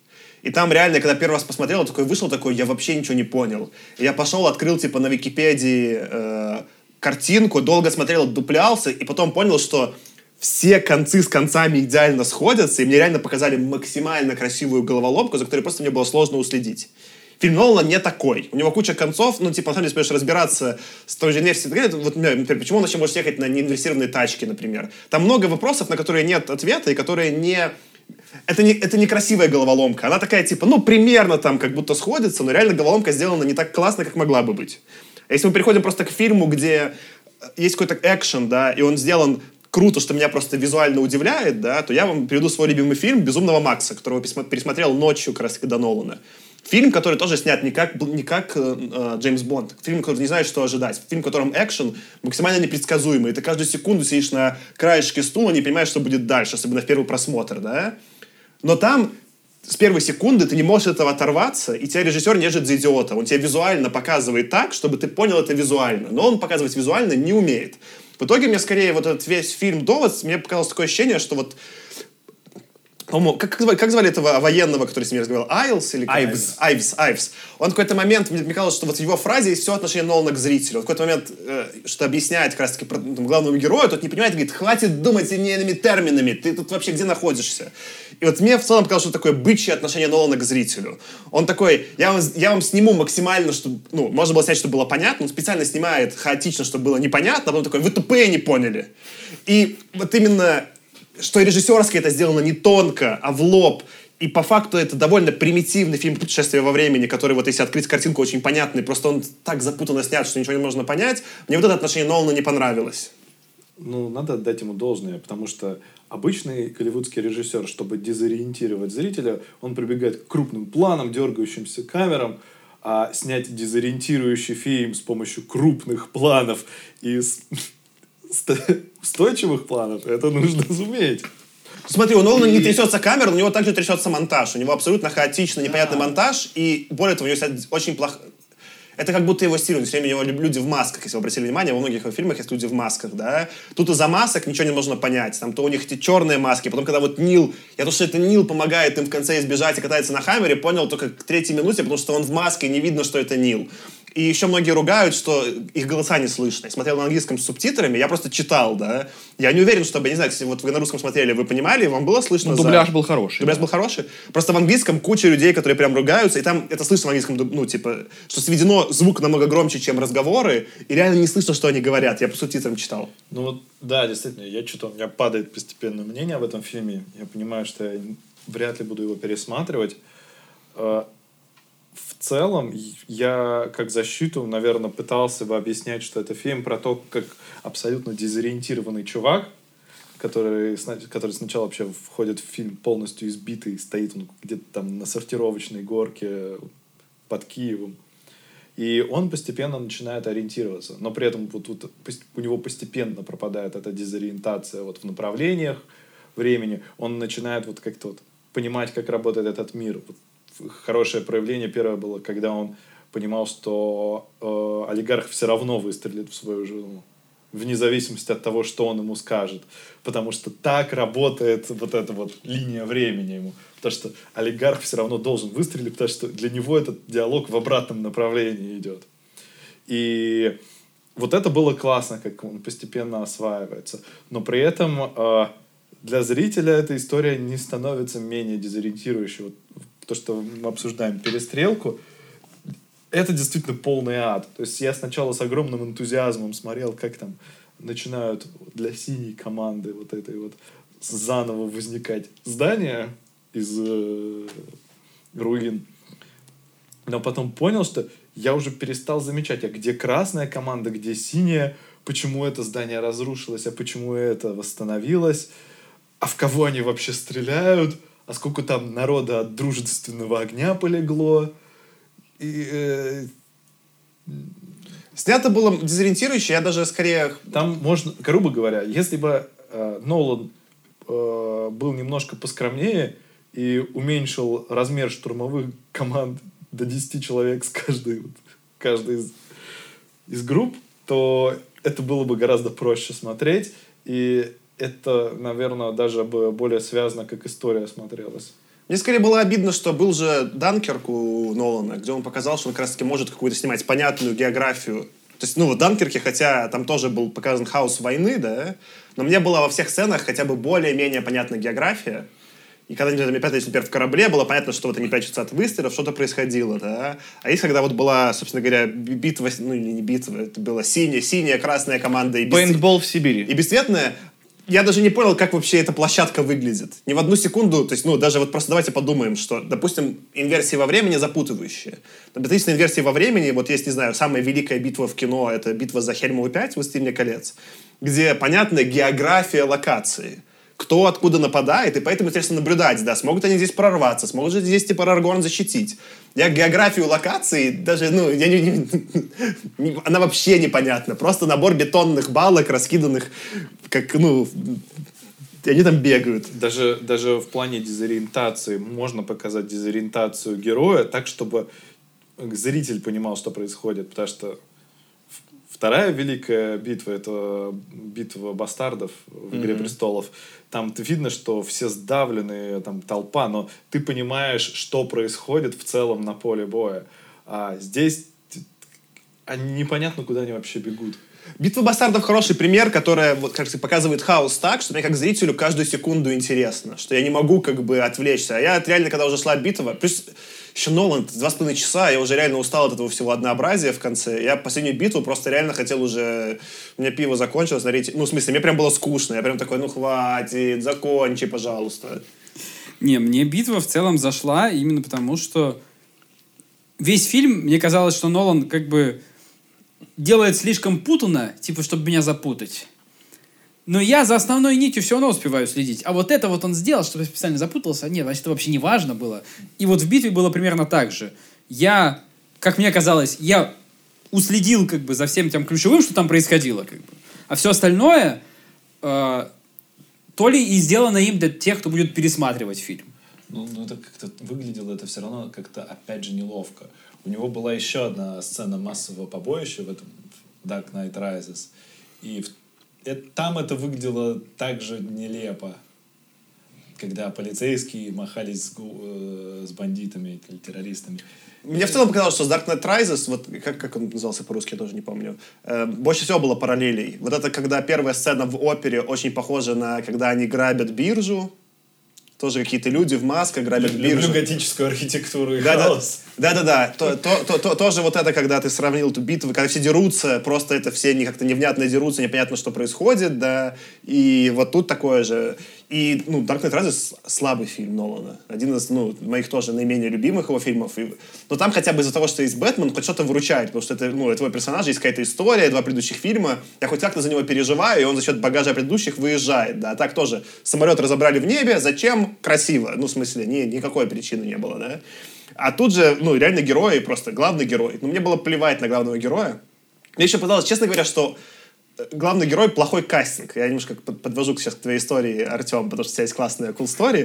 И там реально, когда первый раз посмотрел, такой вышел такой, я вообще ничего не понял. И я пошел, открыл типа на Википедии э, картинку, долго смотрел, дуплялся, и потом понял, что все концы с концами идеально сходятся, и мне реально показали максимально красивую головоломку, за которой просто мне было сложно уследить. Фильм Нолана не такой. У него куча концов, ну, типа, на самом деле, если разбираться с той же инверсией, вот, например, почему он вообще может ехать на неинверсированной тачке, например. Там много вопросов, на которые нет ответа, и которые не... Это не, это не красивая головоломка. Она такая, типа, ну, примерно там как будто сходится, но реально головоломка сделана не так классно, как могла бы быть. А если мы переходим просто к фильму, где есть какой-то экшен, да, и он сделан круто, что меня просто визуально удивляет, да, то я вам приведу свой любимый фильм «Безумного Макса», которого пересмотрел ночью как раз до Нолана. Фильм, который тоже снят не как, не как э, Джеймс Бонд. Фильм, который не знает, что ожидать. Фильм, в котором экшен максимально непредсказуемый. Ты каждую секунду сидишь на краешке стула, не понимаешь, что будет дальше, особенно в первый просмотр, да. Но там с первой секунды ты не можешь от этого оторваться, и тебя режиссер не держит за идиота. Он тебя визуально показывает так, чтобы ты понял это визуально. Но он показывать визуально не умеет. В итоге мне скорее вот этот весь фильм «Довод», мне показалось такое ощущение, что вот Как, как звали этого военного, который с ними разговаривал? Айлс или Айвс. Айвс, Айвс. Он в какой-то момент, мне казалось, что вот в его фразе есть все отношение Нолана к зрителю. Он в какой-то момент, э, что объясняет как раз-таки там, главному герою, тот не понимает, говорит, хватит думать линейными терминами, ты тут вообще где находишься? И вот мне в целом показалось, что такое бычье отношение Нолана к зрителю. Он такой, я вам, я вам сниму максимально, чтобы, ну, можно было снять, чтобы было понятно, он специально снимает хаотично, чтобы было непонятно, а потом такой, вы тупые не поняли. И вот именно... что режиссерски это сделано не тонко, а в лоб. И по факту это довольно примитивный фильм «Путешествие во времени», который, вот если открыть картинку, очень понятный, просто он так запутанно снят, что ничего не можно понять. Мне вот это отношение Нолана не понравилось. Ну, надо отдать ему должное, потому что обычный голливудский режиссер, чтобы дезориентировать зрителя, он прибегает к крупным планам, дергающимся камерам, а снять дезориентирующий фильм с помощью крупных планов и устойчивых планов, это нужно суметь. Смотри, у Нолана и... не трясется камера, у него также трясется монтаж. У него абсолютно хаотичный, непонятный да. монтаж, и более того, у него очень плохо... Это как будто его стиль. Все время у него люди в масках, если вы обратили внимание, во многих его фильмах есть люди в масках, да. Тут из-за масок ничего не можно понять. Там то у них эти черные маски, потом, когда вот Нил... Я то, что это Нил помогает им в конце избежать и катается на хаммере, понял только к третьей минуте, потому что он в маске, и не видно, что это Нил. И еще многие ругают, что их голоса не слышно. Я смотрел на английском с субтитрами, я просто читал, да. Я не уверен, что, я не знаю, если вот вы на русском смотрели, вы понимали, вам было слышно? Ну, за... дубляж был хороший. Дубляж да. был хороший. Просто в английском куча людей, которые прям ругаются, и там это слышно в английском, ну, типа, что сведено звук намного громче, чем разговоры, и реально не слышно, что они говорят. Я по субтитрам читал. Ну вот, да, действительно, я что-то, у меня падает постепенно мнение об этом фильме. Я понимаю, что я вряд ли буду его пересматривать. В целом, я как защиту, наверное, пытался бы объяснять, что это фильм про то, как абсолютно дезориентированный чувак, который, который сначала вообще входит в фильм полностью избитый, стоит он где-то там на сортировочной горке под Киевом. И он постепенно начинает ориентироваться. Но при этом вот, вот, у него постепенно пропадает эта дезориентация вот в направлениях времени. Он начинает вот как-то вот понимать, как работает этот мир. Вот хорошее проявление первое было, когда он понимал, что э, олигарх все равно выстрелит в свою жену, вне зависимости от того, что он ему скажет. Потому что так работает вот эта вот линия времени ему. Потому что олигарх все равно должен выстрелить, потому что для него этот диалог в обратном направлении идет. И вот это было классно, как он постепенно осваивается. Но при этом э, для зрителя эта история не становится менее дезориентирующей. Вот то, что мы обсуждаем перестрелку, это действительно полный ад. То есть я сначала с огромным энтузиазмом смотрел, как там начинают для синей команды вот этой вот заново возникать здания из э, руин. Но потом понял, что я уже перестал замечать, а где красная команда, где синяя, почему это здание разрушилось, а почему это восстановилось, а в кого они вообще стреляют, а сколько там народа от дружественного огня полегло. И, э... Снято было дезориентирующе, я даже скорее... Там можно, грубо говоря, если бы э, Нолан э, был немножко поскромнее и уменьшил размер штурмовых команд до десяти человек с каждой, вот, каждой из, из групп, то это было бы гораздо проще смотреть, и это, наверное, даже бы более связано, как история смотрелась. Мне скорее было обидно, что был же Данкерк у Нолана, где он показал, что он как раз-таки может какую-то снимать понятную географию. То есть, ну, в Данкерке, хотя там тоже был показан хаос войны, да, но мне была во всех сценах хотя бы более-менее понятная география. И когда они прятались, например, в корабле, было понятно, что вот они прячутся от выстрелов, что-то происходило, да. А есть, когда вот была, собственно говоря, битва, ну, или не битва, это была синяя, синяя, красная команда и... Пейнтбол в Сибири. И бесцветная. Я даже не понял, как вообще эта площадка выглядит. Ни в одну секунду, то есть, ну, даже вот просто давайте подумаем, что, допустим, инверсии во времени запутывающие. Допустим, инверсии во времени, вот есть, не знаю, самая великая битва в кино, это битва за Хельмову пять, «Властелине колец», где понятна география локации. Кто откуда нападает, и поэтому интересно наблюдать, да, смогут они здесь прорваться, смогут же здесь, типа, Арагорн защитить. Я географию локации даже, ну, я не, не, не, она вообще непонятна. Просто набор бетонных балок, раскиданных, как, ну, и они там бегают. Даже, даже в плане дезориентации можно показать дезориентацию героя так, чтобы зритель понимал, что происходит, потому что вторая великая битва — это битва бастардов в «Игре mm-hmm. престолов». Там видно, что все сдавленные, там толпа, но ты понимаешь, что происходит в целом на поле боя. А здесь они непонятно, куда они вообще бегут. «Битва бастардов» — хороший пример, которая вот, как показывает хаос так, что мне как зрителю каждую секунду интересно, что я не могу как бы отвлечься. А я реально, когда уже шла битва, плюс еще Нолан, два с половиной часа, я уже реально устал от этого всего однообразия в конце. Я последнюю битву просто реально хотел уже... У меня пиво закончилось, смотрите. Ну, в смысле, мне прям было скучно. Я прям такой, ну, хватит, закончи, пожалуйста. Не, мне битва в целом зашла именно потому, что весь фильм, мне казалось, что Нолан как бы делает слишком путанно, типа, чтобы меня запутать. Но я за основной нитью все равно успеваю следить. А вот это вот он сделал, чтобы я специально запутался. Нет, значит, это вообще не важно было. И вот в битве было примерно так же. Я, как мне казалось, я уследил как бы за всем тем ключевым, что там происходило. Как бы. А все остальное э, то ли и сделано им для тех, кто будет пересматривать фильм. Ну, ну это как-то выглядело это все равно как-то, опять же, неловко. У него была еще одна сцена массового побоища в этом Dark Knight Rises. И в Это, там это выглядело так же нелепо, когда полицейские махались с, э, с бандитами или террористами. Мне в целом показалось, что с Dark Knight Rises, вот как, как он назывался по-русски, я тоже не помню, э, больше всего было параллелей. Вот это когда первая сцена в опере очень похожа на когда они грабят биржу. Тоже какие-то люди в масках грабят Люблю биржу. Люблю готическую архитектуру и да, хаос. Да-да-да. То, то, то, то, тоже вот это, когда ты сравнил эту битву, когда все дерутся, просто это все не, как-то невнятно дерутся, непонятно, что происходит, да. И вот тут такое же. И, ну, Dark Knight Rises слабый фильм Нолана. Один из, ну, моих тоже наименее любимых его фильмов. И, но там хотя бы из-за того, что есть Бэтмен, хоть что-то выручает, потому что это, ну, этого персонажа есть какая-то история, два предыдущих фильма. Я хоть как-то за него переживаю, и он за счет багажа предыдущих выезжает, да. А так тоже самолет разобрали в небе, зачем? Красиво. Ну, в смысле, ни, никакой причины не было, да. А тут же, ну, реально герой, просто главный герой. Ну, мне было плевать на главного героя. Мне еще показалось, честно говоря, что главный герой — плохой кастинг. Я немножко подвожу сейчас к твоей истории, Артем, потому что у тебя есть классная cool story.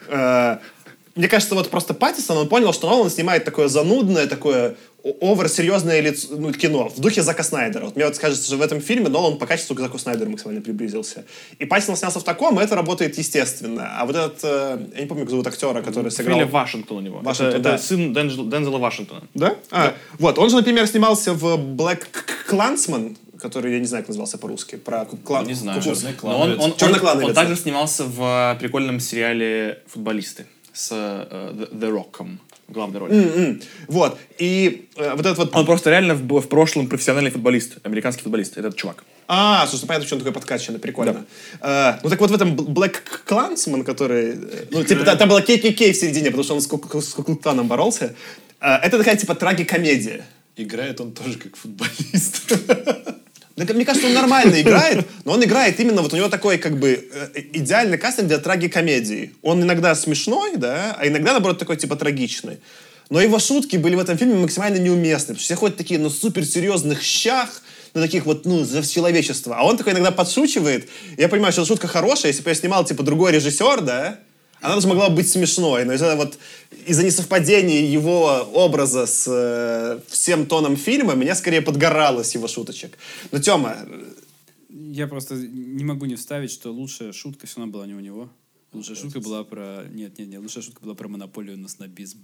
Мне кажется, вот просто Паттинсон, он понял, что Нолан снимает такое занудное, такое овер-серьезное лицо, ну, кино в духе Зака Снайдера. Вот мне вот кажется, что в этом фильме Нолан по качеству к Заку Снайдеру максимально приблизился. И Паттинсон снялся в таком, и это работает естественно. А вот этот, я не помню, как зовут актера, который сыграл... Филя Вашингтон у него. Вашингтон, это, да. это сын Дензела, Дензела Вашингтона. Да? А, да. Вот, он же, например, снимался в Black Klansman, который, я не знаю, как назывался по-русски, про клан. Не знаю. Кукуз. Но он, он, Черный он, клан, он или также это? снимался в прикольном сериале «Футболисты» с э, The, The Rock'ом в главной роли. М-м. Вот. И э, вот этот вот... Он просто реально в, в прошлом профессиональный футболист, американский футболист, этот чувак. А, слушай, понятно, почему он такой подкачанный, прикольно. Да. Э, ну так вот в этом Black Klansman, который... э, Ну, типа, там, там было кей кей кей в середине, потому что он с Ку-клан боролся. Э, это такая, типа, трагикомедия. Играет он тоже как футболист. Да, мне кажется, он нормально играет, но он играет именно, вот у него такой, как бы, э, идеальный кастинг для трагикомедии. Он иногда смешной, да, а иногда, наоборот, такой, типа, трагичный. Но его шутки были в этом фильме максимально неуместны, потому что все ходят такие, ну, суперсерьезных щах, ну, таких вот, ну, за человечество. А он такой иногда подшучивает. Я понимаю, что шутка хорошая, если бы я снимал, типа, другой режиссер, да, она даже могла бы быть смешной, но из-за вот из-за несовпадения его образа с э, всем тоном фильма меня скорее подгорало с его шуточек. Но, Тёма... Я просто не могу не вставить, что лучшая шутка все равно была не у него. Лучшая шутка была про... Нет, нет, нет. Лучшая шутка была про монополию на снобизм.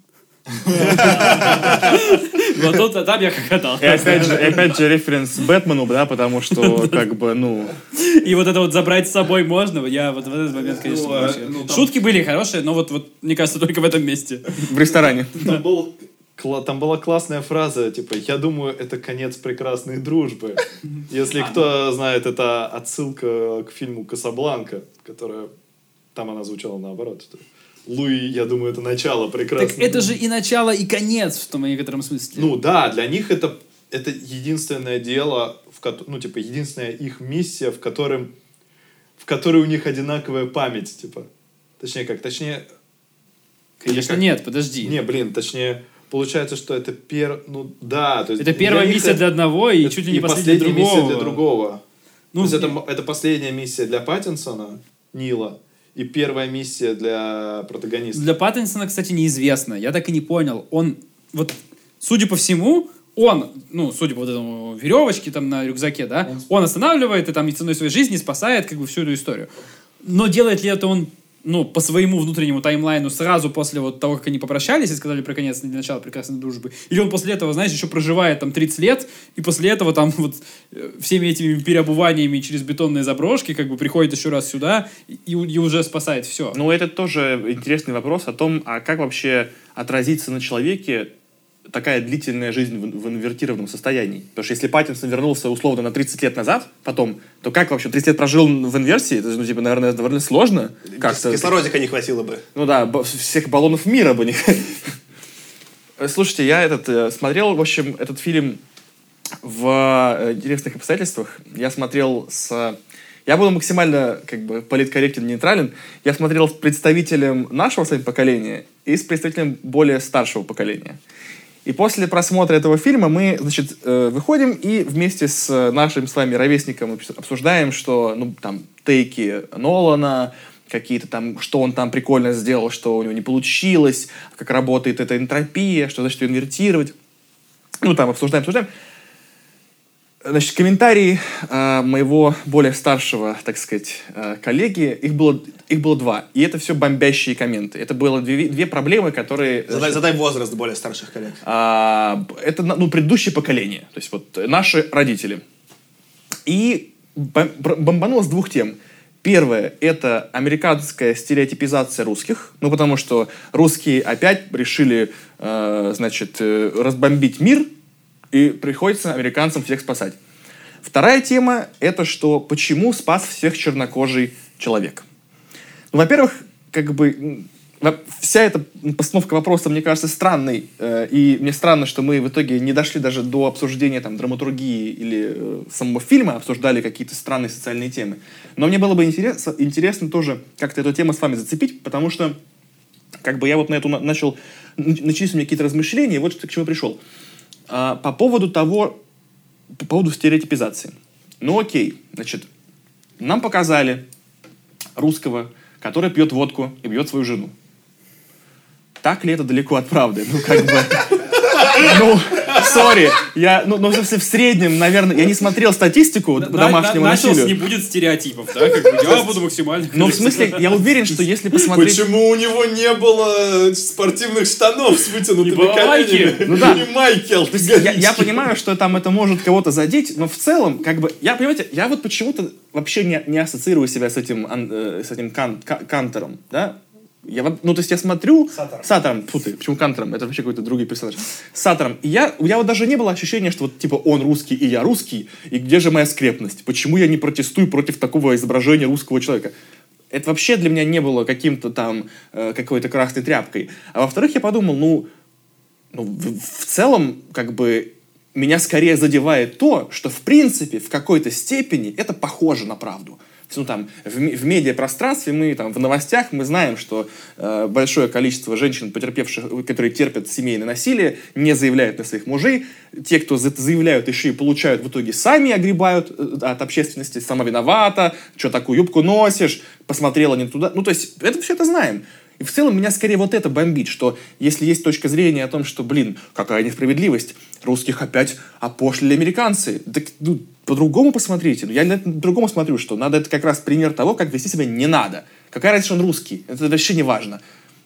Вот тут, там я хохотал. И опять же, и опять же референс Бэтмену, да, потому что, как бы, ну... И вот это вот забрать с собой можно. Я вот в этот момент, конечно, Ну, а, вообще- ну, там- Шутки были хорошие, но вот, вот, мне кажется, только в этом месте. В ресторане. Там, был, кла- там была классная фраза, типа, я думаю, это конец прекрасной дружбы. Если кто знает, это отсылка к фильму «Касабланка», которая, там она звучала наоборот. что Луи, я думаю, это начало прекрасной Так это же и начало, и конец в том некотором смысле. Ну да, для них это, это единственное дело, в ко- ну типа единственная их миссия, в котором, в которой у них одинаковая память, типа. Точнее как, точнее... Конечно, как- нет, подожди. Не, блин, точнее, получается, что это пер... Ну да, то есть... Это первая них миссия это- для одного и это чуть ли не последняя для другого. миссия для другого. Ну, то есть это, не- м- это последняя миссия для Паттинсона, Нила, и первая миссия для протагониста. Для Паттинсона, кстати, неизвестно. Я так и не понял. Он, вот, судя по всему, он, ну, судя по вот этому веревочке там на рюкзаке, да, он останавливает и там и ценой своей жизни спасает как бы всю эту историю. Но делает ли это он, ну, по своему внутреннему таймлайну сразу после вот того, как они попрощались и сказали про конец, начало прекрасной дружбы? Или он после этого, знаешь, еще проживает там тридцать лет, и после этого там вот э, всеми этими переобуваниями через бетонные заброшки как бы приходит еще раз сюда и, и уже спасает все? Ну, это тоже интересный вопрос о том, а как вообще отразится на человеке такая длительная жизнь в, в инвертированном состоянии. Потому что если Паттинсон вернулся условно на тридцать лет назад, потом, то как вообще тридцать лет прожил в инверсии? Это, ну, типа, наверное, довольно сложно. Как-то... Кислородика не хватило бы. Ну да, б- всех баллонов мира бы не... Слушайте, я этот э, смотрел, в общем, этот фильм в э, интересных обстоятельствах. Я смотрел с... Я был максимально, как бы, политкорректен, нейтрален. Я смотрел с представителем нашего с вами поколения и с представителем более старшего поколения. И после просмотра этого фильма мы, значит, э, выходим и вместе с нашим с вами ровесником обсуждаем, что, ну, там, тейки Нолана, какие-то там, что он там прикольно сделал, что у него не получилось, как работает эта энтропия, что значит инвертировать. Ну, там, обсуждаем, обсуждаем. Значит, комментарии э, моего более старшего, так сказать, э, коллеги, их было, их было два. И это все бомбящие комменты. Это было две, две проблемы, которые... Задай, значит, задай возраст более старших коллег. а, это, ну, предыдущее поколение. То есть вот наши родители. И бом- бомбануло с двух тем. Первое — это американская стереотипизация русских. Ну, потому что русские опять решили, э, значит, э, разбомбить мир, и приходится американцам всех спасать. Вторая тема — это что, почему спас всех чернокожий человек. Ну, во-первых, как бы м, во- вся эта постановка вопроса, мне кажется, странной. Э, и мне странно, что мы в итоге не дошли даже до обсуждения там, драматургии или э, самого фильма, обсуждали какие-то странные социальные темы. Но мне было бы интерес, интересно тоже как-то эту тему с вами зацепить, потому что как бы я вот на эту на- начал, н- начались у меня какие-то размышления, и вот что, к чему пришел. А, по поводу того, по поводу стереотипизации. Ну окей, значит, нам показали русского, который пьет водку и бьет свою жену. Так ли это далеко от правды? Ну, как бы... Ну, Сори. Я, ну, ну, в среднем, наверное, я не смотрел статистику по домашнему Начался, насилию. не будет стереотипов, да? Как бы я буду максимально... Но в смысле, я уверен, что если посмотреть... Почему у него не было спортивных штанов с вытянутыми майки. коленями? Ну да. И майки Я, я понимаю, что там это может кого-то задеть, но в целом, как бы, я, понимаете, я вот почему-то вообще не, не ассоциирую себя с этим, ан- э, с этим кан- ка- Кантором, да? Я, вот- ну, то есть я смотрю... Сатором. Сатором. Фу ты, почему Кантором? Это вообще какой-то другой персонаж. Сатором. И я, у меня вот даже не было ощущения, что вот, типа, он русский и я русский, и где же моя скрепность? Почему я не протестую против такого изображения русского человека? Это вообще для меня не было каким-то там, э, какой-то красной тряпкой. А во-вторых, я подумал, ну, ну в, в целом, как бы, меня скорее задевает то, что, в принципе, в какой-то степени это похоже на правду. Ну, там, в, в медиапространстве, мы там в новостях мы знаем, что э, большое количество женщин, потерпевших, которые терпят семейное насилие, не заявляют на своих мужей. Те, кто за- заявляют, еще и получают, в итоге сами огребают э, от общественности. Сама виновата, что такую юбку носишь, посмотрела не туда. Ну, то есть, это все это знаем. И в целом меня скорее вот это бомбит, что если есть точка зрения о том, что, блин, какая несправедливость, русских опять опошлили американцы, так, ну, по-другому посмотрите. Ну, я на это по-другому смотрю, что надо это как раз пример того, как вести себя не надо. Какая разница, что он русский? Это вообще не важно.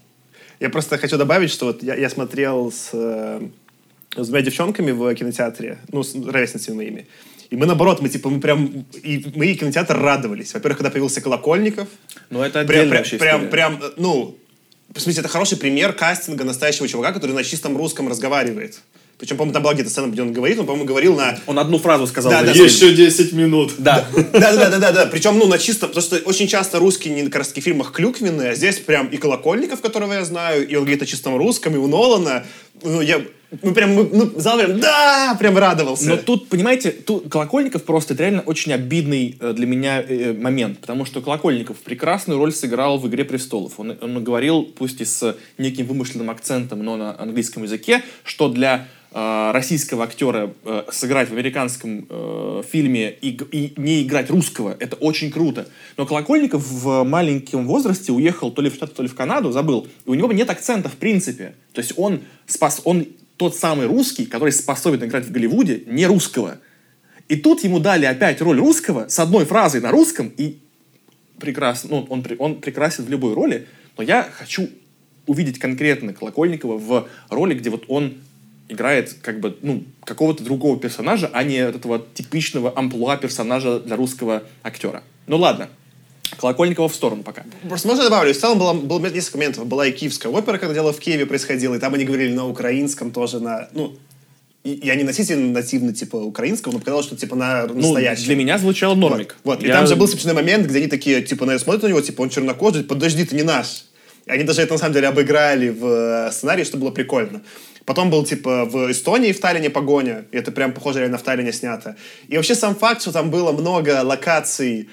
Я просто хочу добавить, что вот я, я смотрел с, э, с двумя девчонками в кинотеатре, ну, с ровесницами моими. И мы, наоборот, мы, типа, мы прям, и мы и кинотеатр радовались. Во-первых, когда появился Колокольников. Ну, это прям, отдельная прям, вообще прям, история. прям, ну, в смысле, это хороший пример кастинга настоящего чувака, который на чистом русском разговаривает. Причем, по-моему, там была где-то сцена, где он говорит, он, по-моему, говорил на... Он одну фразу сказал. Да, за да, весь Еще десять минут. Да. Да-да-да-да-да. Причем, ну, на чисто... Потому что очень часто русские не на городских фильмах клюквенные, а здесь прям и Колокольников, которого я знаю, и он говорит о чистом русском, и у Нолана. Ну, я... Мы прям... Мы, ну, зал прям... Да! Прям радовался. Но тут, понимаете, тут Колокольников просто это реально очень обидный э, для меня э, момент, потому что Колокольников прекрасную роль сыграл в «Игре престолов». Он, он говорил, пусть и с неким вымышленным акцентом, но на английском языке, что для э, российского актера э, сыграть в американском э, фильме и, и не играть русского, это очень круто. Но Колокольников в маленьком возрасте уехал то ли в Штаты, то ли в Канаду, забыл, и у него нет акцента в принципе. То есть он спас... Он тот самый русский, который способен играть в Голливуде, не русского. И тут ему дали опять роль русского с одной фразой на русском, и прекрасно, ну, он, он прекрасен в любой роли, но я хочу увидеть конкретно Колокольникова в роли, где вот он играет как бы, ну, какого-то другого персонажа, а не этого типичного амплуа персонажа для русского актера. Ну ладно. Колокольникова в сторону пока. Просто можно добавлю, в целом было, было несколько моментов. Была и Киевская опера, когда дело в Киеве происходило, и там они говорили на украинском тоже, на... Ну, и, я не носитель нативно, типа, украинского, но показалось, что, типа, на настоящем. Ну, для меня звучал нормик. Вот, вот. Я... И там же был смешной момент, где они такие, типа, на смотрят на него, типа, он чернокожий, подожди, ты не наш. И они даже это, на самом деле, обыграли в сценарии, что было прикольно. Потом был, типа, в Эстонии, в Таллине погоня, и это прям похоже реально в Таллине снято. И вообще сам факт, что там было много локаций,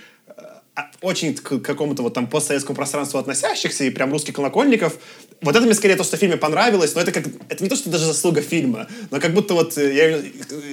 очень к какому-то вот там постсоветскому пространству относящихся, и прям русских Колокольников. Вот это мне скорее то, что в фильме понравилось, но это как... Это не то, что даже заслуга фильма, но как будто вот... Я,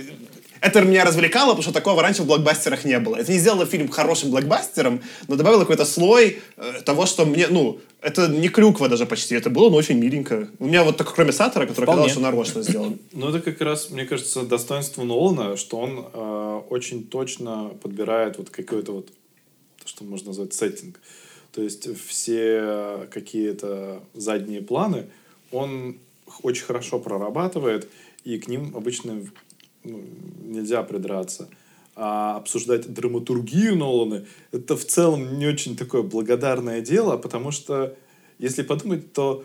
это меня развлекало, потому что такого раньше в блокбастерах не было. Это не сделало фильм хорошим блокбастером, но добавило какой-то слой э, того, что мне... Ну, это не клюква даже почти, это было, но очень миленько. У меня вот только кроме Саттера, который казалось, что нарочно сделан. Ну, это как раз, мне кажется, достоинство Нолана, что он э, очень точно подбирает вот какой-то вот что можно назвать сеттинг. То есть все какие-то задние планы он очень хорошо прорабатывает, и к ним обычно ну, нельзя придраться. А обсуждать драматургию Нолана — это в целом не очень такое благодарное дело, потому что, если подумать, то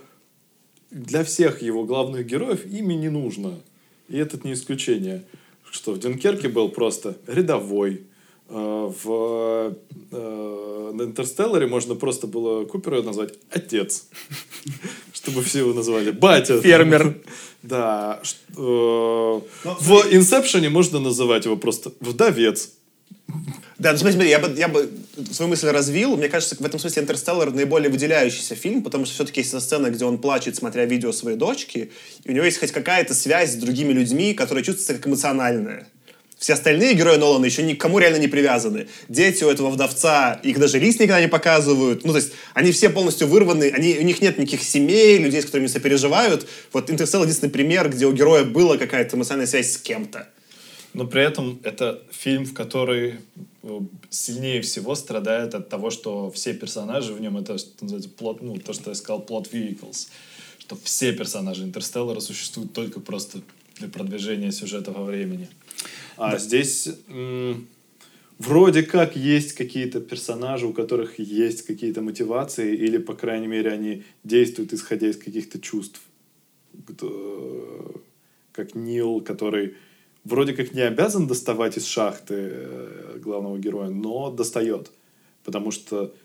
для всех его главных героев имя не нужно. И этот не исключение. Что в «Дюнкерке» был просто рядовой, в э, на «Интерстелларе» можно просто было Купера назвать «отец», чтобы все его назвали «батя». Фермер. Да. В «Инсепшене» можно называть его просто «вдовец». Да, ну смотри, я бы, я бы свою мысль развил. Мне кажется, в этом смысле «Интерстеллар» наиболее выделяющийся фильм, потому что все-таки есть сцена, где он плачет, смотря видео своей дочки, и у него есть хоть какая-то связь с другими людьми, которая чувствуется как эмоциональная. Все остальные герои Нолана еще никому реально не привязаны. Дети у этого вдовца, их даже лиц никогда не показывают. Ну, то есть, они все полностью вырваны, они, у них нет никаких семей, людей, с которыми сопереживают. Вот «Интерстеллар» — единственный пример, где у героя была какая-то эмоциональная связь с кем-то. Но при этом это фильм, в который сильнее всего страдает от того, что все персонажи в нем, это, что называется, плот, ну, то, что я сказал, plot vehicles. Что все персонажи «Интерстеллара» существуют только просто для продвижения сюжета во времени. А Да. здесь м, вроде как есть какие-то персонажи, у которых есть какие-то мотивации, или, по крайней мере, они действуют, исходя из каких-то чувств. Кто- Как Нил, который вроде как не обязан доставать из шахты э, главного героя, но достает. Потому что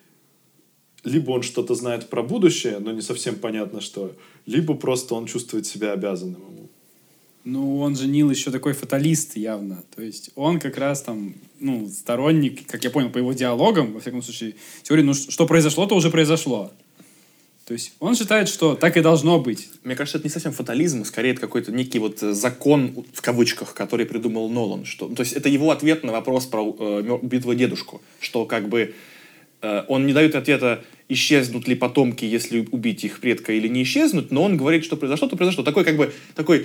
либо он что-то знает про будущее, но не совсем понятно что, либо просто он чувствует себя обязанным ему. Ну, он же Нил еще такой фаталист явно. То есть он как раз там, ну, сторонник, как я понял, по его диалогам, во всяком случае, теории, ну, что произошло, то уже произошло. То есть он считает, что так и должно быть. Мне кажется, это не совсем фатализм, скорее это какой-то некий вот закон, в кавычках, который придумал Нолан. Что, то есть это его ответ на вопрос про э, битву дедушку. Что как бы э, он не дает ответа, исчезнут ли потомки, если убить их предка или не исчезнут, но он говорит, что произошло, то произошло. Такой как бы, такой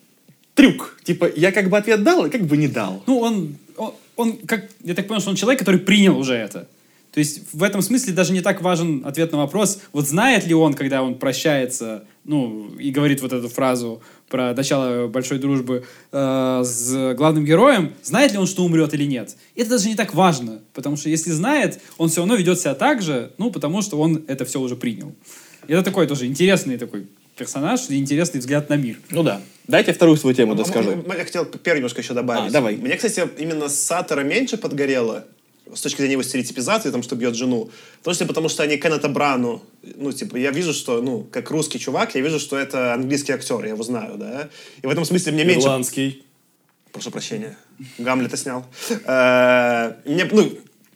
трюк. Типа, я как бы ответ дал, и как бы не дал. Ну, он, он, он, как, я так понял, что он человек, который принял уже это. То есть в этом смысле даже не так важен ответ на вопрос, вот знает ли он, когда он прощается, ну, и говорит вот эту фразу про начало большой дружбы э, с главным героем, знает ли он, что умрет или нет. Это даже не так важно, потому что если знает, он все равно ведет себя так же, ну, потому что он это все уже принял. И это такой тоже интересный такой персонаж и интересный взгляд на мир. Ну да. Дайте вторую свою тему доскажу. М- м- Я хотел первый немножко еще добавить. А, давай. Мне, кстати, именно Саттера меньше подгорело с точки зрения его стереотипизации, там, что бьет жену. В том числе потому, что они Кеннета Брану, ну, типа, я вижу, что, ну, как русский чувак, я вижу, что это английский актер, я его знаю, да. И в этом смысле мне меньше... Ирландский. Прошу прощения. Гамлета снял. Э, Мне, ну,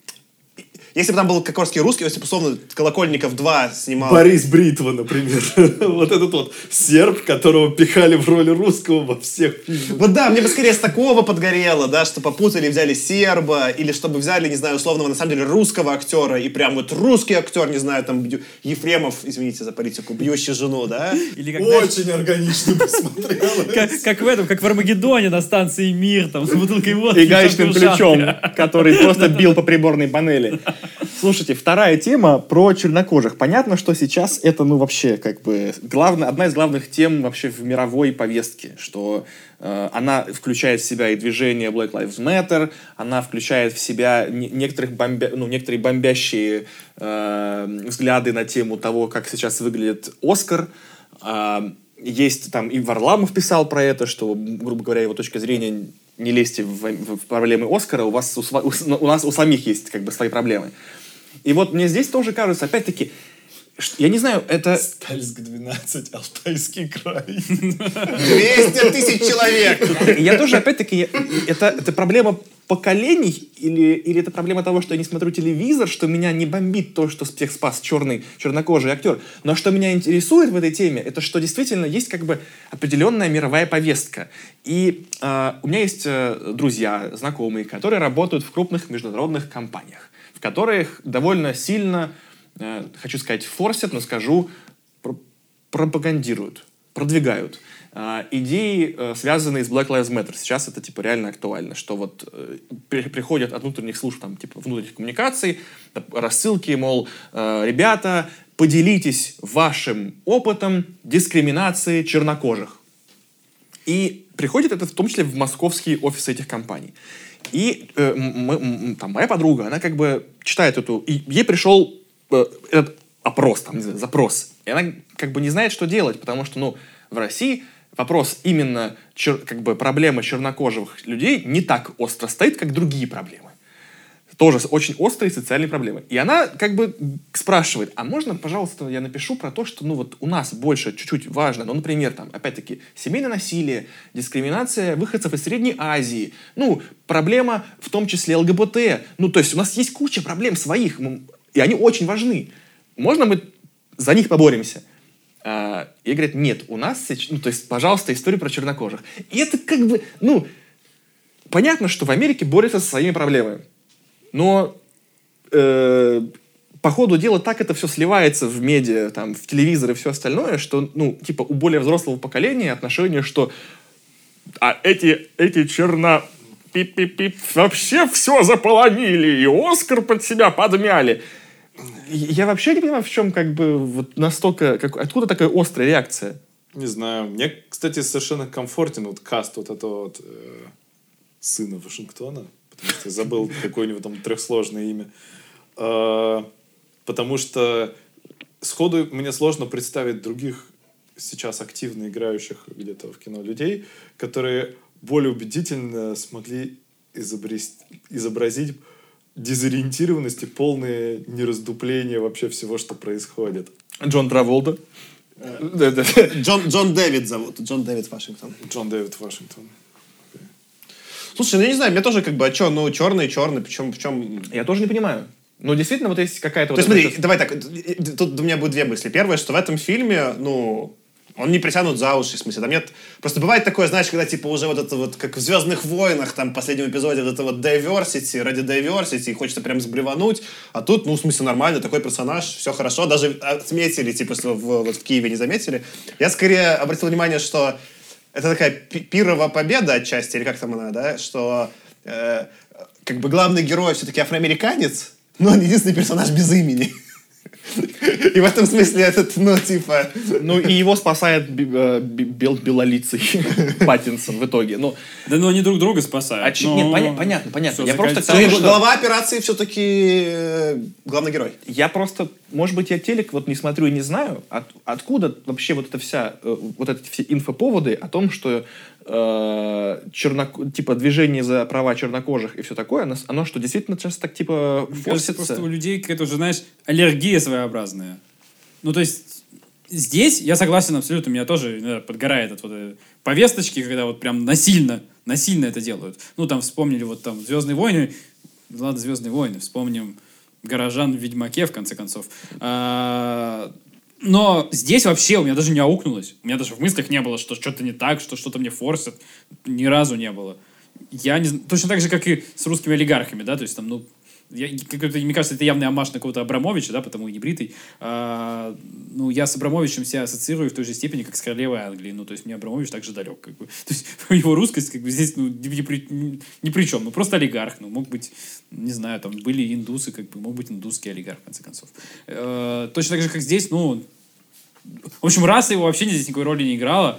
если бы там был кокорский русский, если бы, условно, Колокольников два снимал... Борис Бритва, например. Вот этот вот серб, которого пихали в роли русского во всех фильмах. Вот да, мне бы скорее с такого подгорело, да, что попутали, взяли серба, или чтобы взяли, не знаю, условного, на самом деле, русского актера, и прям вот русский актер, не знаю, там, бью- Ефремов, извините за политику, бьющий жену, да? Или как, знаешь, Очень органично посмотрел. как, как в этом, как в Армагеддоне на станции «Мир», там, с бутылкой водки. И гаечным в шапке. ключом, который просто бил по приборной панели. Слушайте, вторая тема про чернокожих. Понятно, что сейчас это, ну, вообще, как бы, главная, одна из главных тем вообще в мировой повестке, что э, она включает в себя и движение Black Lives Matter, она включает в себя не- некоторых бомбя, ну, некоторые бомбящие э, взгляды на тему того, как сейчас выглядит Оскар. Э, есть там, и Варламов писал про это, что, грубо говоря, его точка зрения: не лезьте в, в проблемы Оскара, у вас у, сва- у- у нас у самих есть как бы свои проблемы. И вот мне здесь тоже кажется, опять-таки, ш- я не знаю, это... Тальск двенадцать, Алтайский край. двести тысяч человек! Я тоже, опять-таки, я- это, это проблема поколений или, или это проблема того, что я не смотрю телевизор, что меня не бомбит то, что всех спас черный, чернокожий актер. Но что меня интересует в этой теме, это что действительно есть как бы определенная мировая повестка. И э, у меня есть э, друзья, знакомые, которые работают в крупных международных компаниях, в которых довольно сильно, э, хочу сказать, форсят, но скажу, пр- пропагандируют, продвигают э, идеи, э, связанные с Black Lives Matter. Сейчас это типа реально актуально, что вот э, при- приходят от внутренних служб, там, типа внутренних коммуникаций, э, рассылки, мол, э, ребята, поделитесь вашим опытом дискриминации чернокожих. И приходит это в том числе в московские офисы этих компаний. И э, м- м- там, моя подруга, она как бы читает эту... И ей пришел э, этот опрос, там, не знаю, запрос. И она как бы не знает, что делать, потому что, ну, в России вопрос именно чер- как бы проблемы чернокожих людей не так остро стоит, как другие проблемы. Тоже с- очень острые социальные проблемы. И она как бы спрашивает: а можно, пожалуйста, я напишу про то, что, ну, вот у нас больше чуть-чуть важно, ну, например, там, опять-таки, семейное насилие, дискриминация выходцев из Средней Азии, ну, проблема в том числе ЛГБТ, ну, то есть у нас есть куча проблем своих, м, и они очень важны. Можно мы за них поборемся? А, и говорят: нет, у нас, сеч- ну, то есть, пожалуйста, история про чернокожих. И это как бы, ну, понятно, что в Америке борются со своими проблемами. Но э, по ходу дела так это все сливается в медиа, там, в телевизор и все остальное, что, ну, типа, у более взрослого поколения отношение, что а эти, эти черно... Пип-пип-пип, вообще все заполонили, и Оскар под себя подмяли. Я вообще не понимаю, в чем как бы вот настолько... Как, откуда такая острая реакция? Не знаю. Мне, кстати, совершенно комфортен вот каст вот этого вот э, сына Вашингтона, потому что я забыл какое-нибудь там трехсложное имя. Э, потому что сходу мне сложно представить других сейчас активно играющих где-то в кино людей, которые более убедительно смогли изобрести, изобразить дезориентированность и полное нераздупление вообще всего, что происходит. Джон Траволта. Джон, Джон Дэвид зовут. Джон Дэвид Вашингтон. Джон Дэвид Вашингтон. Слушай, ну я не знаю, мне тоже как бы, а что, ну черный, черный, причем, причем... Я тоже не понимаю. Но действительно вот есть какая-то... То вот есть смотри, сейчас... давай так, тут у меня будет две мысли. Первое, что в этом фильме, ну... Он не притянут за уши, в смысле, там нет... Просто бывает такое, знаешь, когда, типа, уже вот это вот, как в «Звездных войнах», там, в последнем эпизоде, вот это вот diversity, ради diversity, и хочется прям сблевануть, а тут, ну, в смысле, нормально, такой персонаж, все хорошо, даже отметили, типа, в, вот в Киеве не заметили. Я скорее обратил внимание, что это такая пирова победа отчасти, или как там она, да, что э, как бы главный герой все-таки афроамериканец, но он единственный персонаж без имени. И в этом смысле этот, ну, типа... Ну, и его спасает бел, белолицый Паттинсон в итоге. Ну, да, ну, они друг друга спасают. А ч... но... Нет, поня... понятно, понятно. Все Я просто... То есть, глава операции все-таки э, главный герой. Я просто, может быть, я телек вот не смотрю и не знаю, от, откуда вообще вот эта вся, э, вот эти все инфоповоды о том, что э, черно... типа движение за права чернокожих и все такое, оно, оно что, действительно часто так типа Мне кажется, форсится? просто у людей какая-то уже, знаешь, аллергия своеобразная. Ну, то есть, здесь я согласен абсолютно, меня тоже иногда подгорает от вот этой повесточки, когда вот прям насильно, насильно это делают. Ну, там вспомнили вот там «Звездные войны», ладно, «Звездные войны», вспомним «Горожан» в «Ведьмаке», в конце концов. А, но здесь вообще у меня даже не аукнулось. У меня даже в мыслях не было, что что-то не так, что что-то мне форсят. Ни разу не было. Я не... Точно так же, как и с русскими олигархами, да, то есть там, ну, Я, мне кажется, это явный омаж на какого-то Абрамовича, да, потому и не бритый. А, ну, я с Абрамовичем себя ассоциирую в той же степени, как с королевой Англии. Ну, то есть мне Абрамович также далек. Как бы. То есть его русскость как бы здесь ну, ни, при, ни при чем. Ну, просто олигарх. Ну, мог быть, не знаю, там были индусы, как бы, мог быть индусский олигарх, в конце концов. А, точно так же, как здесь, ну... В общем, раса его вообще здесь никакой роли не играла.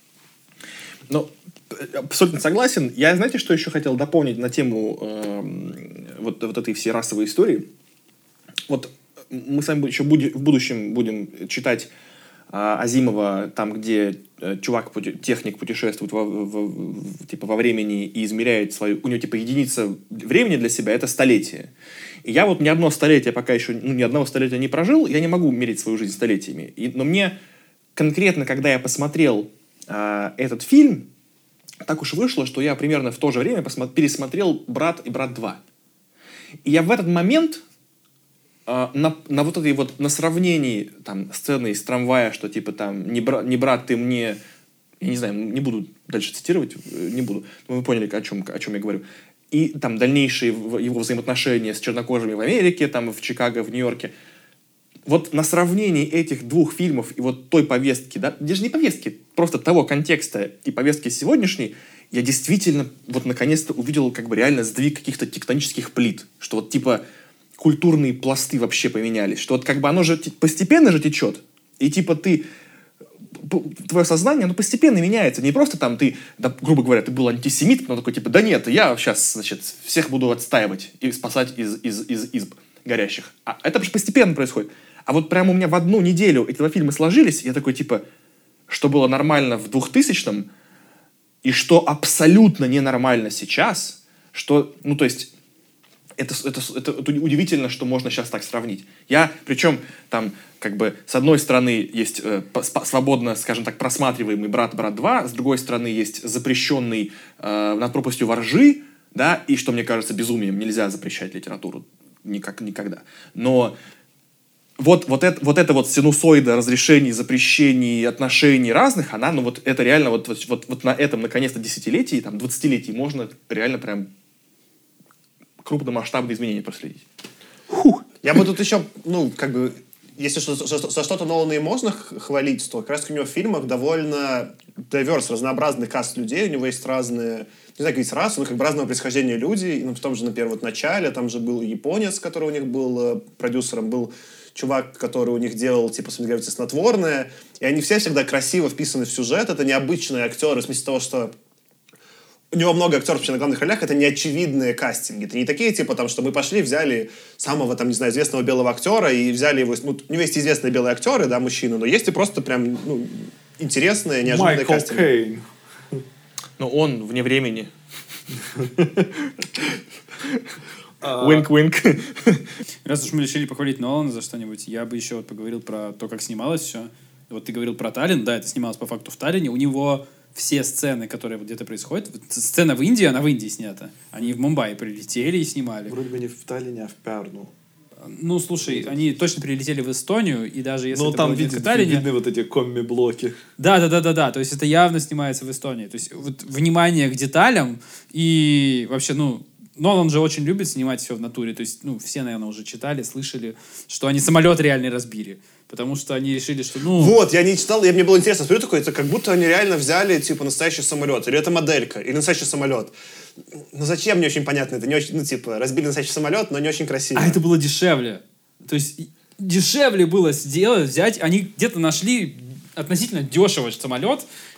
Ну, абсолютно согласен. Я, знаете, что еще хотел дополнить на тему э, вот, вот этой всей расовой истории? Вот мы с вами еще буди, в будущем будем читать э, Азимова, там, где э, чувак, техник путешествует во, во, в, типа, во времени и измеряет свою... У него, типа, единица времени для себя — это столетие. И я вот ни одно столетие пока еще... Ну, ни одного столетия не прожил, я не могу мерить свою жизнь столетиями. И, но мне конкретно, когда я посмотрел э, этот фильм, так уж вышло, что я примерно в то же время посмотри, пересмотрел «Брат» и «Брат два». И я в этот момент э, на, на вот этой вот, на сравнении там, сцены из трамвая, что типа там «не, бра, не брат, ты мне...» Я не знаю, не буду дальше цитировать, не буду. Но вы поняли, о чем, о чем я говорю. И там дальнейшие его взаимоотношения с чернокожими в Америке, там в Чикаго, в Нью-Йорке. Вот на сравнении этих двух фильмов и вот той повестки, да, даже не повестки, просто того контекста и повестки сегодняшней, я действительно вот наконец-то увидел как бы реально сдвиг каких-то тектонических плит, что вот типа культурные пласты вообще поменялись, что вот как бы оно же постепенно же течет, и типа ты, твое сознание, оно постепенно меняется, не просто там ты, да, грубо говоря, ты был антисемит, но такой типа, да нет, я сейчас, значит, всех буду отстаивать и спасать из, из, из изб горящих. А это же постепенно происходит. А вот прямо у меня в одну неделю эти два фильма сложились, я такой, типа, что было нормально в двухтысячном, и что абсолютно ненормально сейчас, что, ну, то есть, это, это, это, это удивительно, что можно сейчас так сравнить. Я, причем, там, как бы, с одной стороны есть э, свободно, скажем так, просматриваемый «Брат, брат два», с другой стороны есть запрещенный э, «Над пропастью воржи», да, и, что мне кажется безумием, нельзя запрещать литературу никак, никогда. Но вот, вот, это, вот эта вот синусоида разрешений, запрещений, отношений разных, она, ну вот это реально вот, вот, вот, вот на этом, наконец-то, десятилетии, там, двадцатилетии можно реально прям крупномасштабные изменения проследить. Фух. Я бы тут еще, ну, как бы, если что, за, за что-то Нолана и можно хвалить, то как раз у него в фильмах довольно diverse, разнообразный каст людей, у него есть разные, не знаю, как есть расы, но как бы разного происхождения люди, ну, в том же, например, вот в начале, там же был японец, который у них был э, продюсером, был чувак, который у них делал, типа, смотрите, снотворное, и они все всегда красиво вписаны в сюжет, это необычные актеры, в смысле того, что у него много актеров вообще на главных ролях, это неочевидные кастинги. Это не такие, типа, там, что мы пошли, взяли самого, там, не знаю, известного белого актера и взяли его... Ну, у него есть известные белые актеры, да, мужчины, но есть и просто прям, ну, интересные, неожиданные Майкл кастинги. Кейн. Но он вне времени. Винк-винк. Раз уж мы решили похвалить Нолана за что-нибудь, я бы еще вот поговорил про то, как снималось все. Вот ты говорил про Таллин, да, это снималось по факту в Таллине. У него все сцены, которые вот где-то происходят, вот сцена в Индии, она в Индии снята. Они в Мумбаи прилетели и снимали. Вроде бы не в Таллине, а в Пярну. Ну, слушай, они точно прилетели в Эстонию, и даже если Ну, это там было не видно, в Таллине... видны вот эти комми-блоки. Да, да, да, да, да. То есть это явно снимается в Эстонии. То есть вот внимание к деталям и вообще, ну, Нолан же очень любит снимать все в натуре. То есть, ну, все, наверное, уже читали, слышали, что они самолет реально разбили. Потому что они решили, что, ну... Вот, я не читал, я, мне было интересно, смотрю такой, это как будто они реально взяли, типа, настоящий самолет, или это моделька, или настоящий самолет. Ну, зачем, не очень понятно, это не очень, ну, типа, разбили настоящий самолет, но не очень красиво. А это было дешевле. То есть дешевле было сделать, взять, они где-то нашли относительно дешево самолет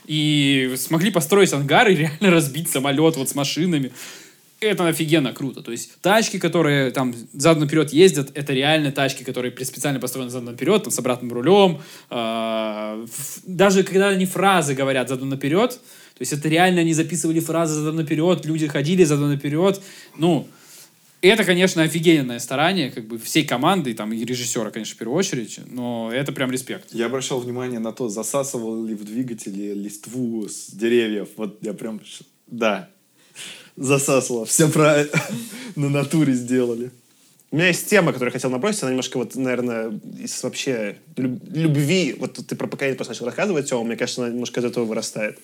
и смогли построить ангар и реально разбить самолет вот с машинами. Это офигенно круто. То есть тачки, которые там задом наперед ездят, это реально тачки, которые специально построены задом наперед, там, с обратным рулем. Э-э- даже когда они фразы говорят задом наперед, то есть это реально они записывали фразы задом наперед, люди ходили задом наперед. Ну, это, конечно, офигенное старание как бы всей команды, там, и режиссера, конечно, в первую очередь, но это прям респект. Я обращал внимание на то, засасывал ли в двигателе листву с деревьев. Вот я прям... Да. Засасывала. Все правильно. На натуре сделали. У меня есть тема, которую я хотел набросить, она немножко, вот, наверное, из вообще люб- любви, вот ты про поколение просто начал рассказывать, Тёма, мне кажется, она немножко из этого вырастает.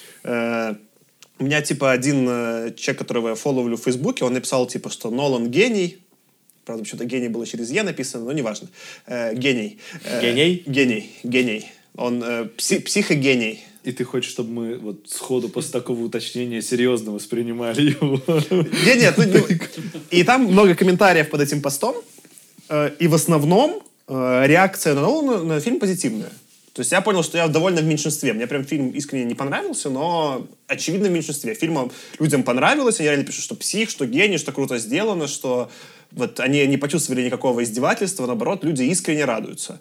Э- у меня, типа, один э, человек, которого я фолловлю в Фейсбуке, он написал, типа, что Нолан гений. Правда, почему-то гений было через «е» написано, но неважно. Э, гений. Э, Гений? Гений. Гений. Он э, пси- психогений. И ты хочешь, чтобы мы вот сходу после такого уточнения серьезно воспринимали его? Нет, нет, ну, ну, и там много комментариев под этим постом, э, и в основном э, реакция на Нолана на фильм позитивная. То есть я понял, что я довольно в меньшинстве. Мне прям фильм искренне не понравился, но очевидно в меньшинстве. Фильм людям понравилось, они реально пишут, что псих, что гений, что круто сделано, что вот они не почувствовали никакого издевательства, наоборот, люди искренне радуются.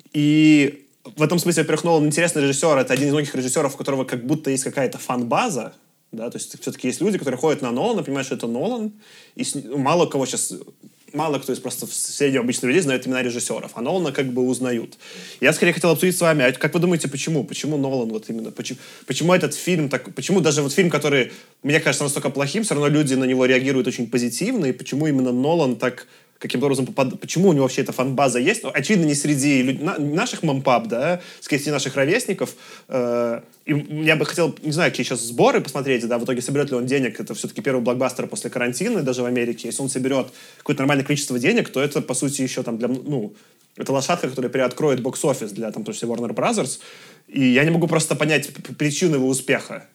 И в этом смысле, во-первых, Нолан интересный режиссер, это один из многих режиссеров, у которого как будто есть какая-то фан-база, да, то есть все-таки есть люди, которые ходят на Нолана, понимают, что это Нолан, и с... мало кого сейчас, мало кто из просто в среднем обычных людей знает имена режиссеров, а Нолана как бы узнают. Я скорее хотел обсудить с вами, а как вы думаете, почему? Почему Нолан вот именно? Почему, почему этот фильм так, почему даже вот фильм, который, мне кажется, настолько плохим, все равно люди на него реагируют очень позитивно, и почему именно Нолан так каким-то образом попадает, почему у него вообще эта фан-база есть? Ну, очевидно, не среди люд... на... наших мампап, да, среди наших ровесников. Э... И я бы хотел, не знаю, какие сейчас сборы посмотреть, да, в итоге соберет ли он денег. Это все-таки первый блокбастер после карантина, даже в Америке. Если он соберет какое-то нормальное количество денег, то это, по сути, еще там для, ну, это лошадка, которая переоткроет бокс-офис для, там, то есть Warner Brothers. И я не могу просто понять причину его успеха.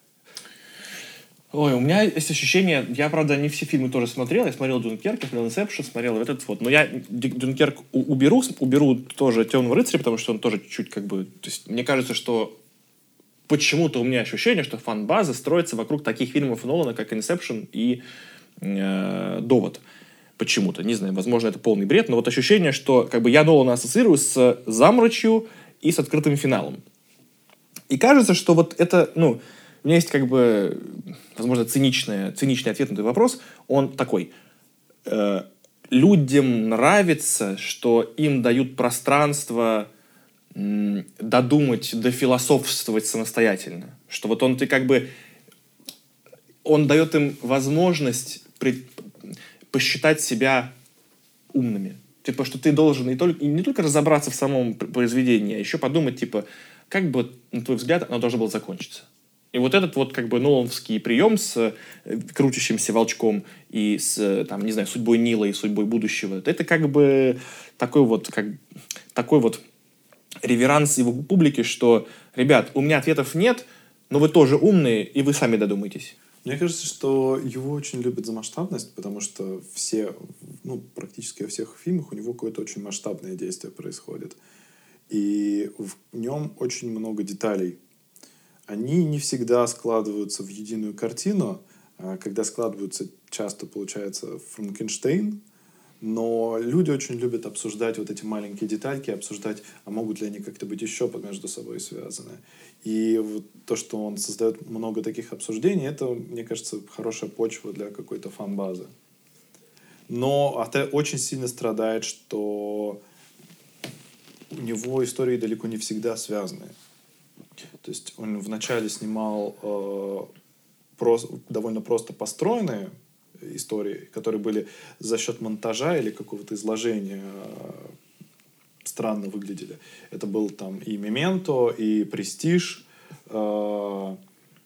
Ой, у меня есть ощущение, я, правда, не все фильмы тоже смотрел, я смотрел «Дюнкерк», я смотрел «Инсепшн», смотрел этот вот, но я «Дюнкерк» уберу, уберу тоже «Темного рыцаря», потому что он тоже чуть как бы, то есть мне кажется, что почему-то у меня ощущение, что фан-база строится вокруг таких фильмов Нолана, как «Инсепшн» и э, «Довод». Почему-то, не знаю, возможно, это полный бред, но вот ощущение, что как бы я Нолана ассоциирую с замрачью и с открытым финалом. И кажется, что вот это, ну, у меня есть как бы, возможно, циничный, циничный ответ на этот вопрос. Он такой. Э, людям нравится, что им дают пространство м, додумать, дофилософствовать самостоятельно. Что вот он ты как бы... Он дает им возможность при, посчитать себя умными. Типа, что ты должен не только, не только разобраться в самом произведении, а еще подумать, типа, как бы, на твой взгляд, оно должно было закончиться. И вот этот вот как бы нолановский прием с крутящимся волчком и с, там, не знаю, судьбой Нила и судьбой будущего, это как бы такой вот, как, такой вот реверанс его публике, что, ребят, у меня ответов нет, но вы тоже умные, и вы сами додумаетесь. Мне кажется, что его очень любят за масштабность, потому что все, ну, практически во всех фильмах у него какое-то очень масштабное действие происходит. И в нем очень много деталей. Они не всегда складываются в единую картину. Когда складываются, часто получается Франкенштейн. Но люди очень любят обсуждать вот эти маленькие детальки, обсуждать, а могут ли они как-то быть еще между собой связаны. И вот то, что он создает много таких обсуждений, это, мне кажется, хорошая почва для какой-то фан-базы. Но это очень сильно страдает, что у него истории далеко не всегда связаны. То есть он вначале снимал э, прос, довольно просто построенные истории, которые были за счет монтажа или какого-то изложения э, странно выглядели. Это был там и «Мементо», и «Престиж», э,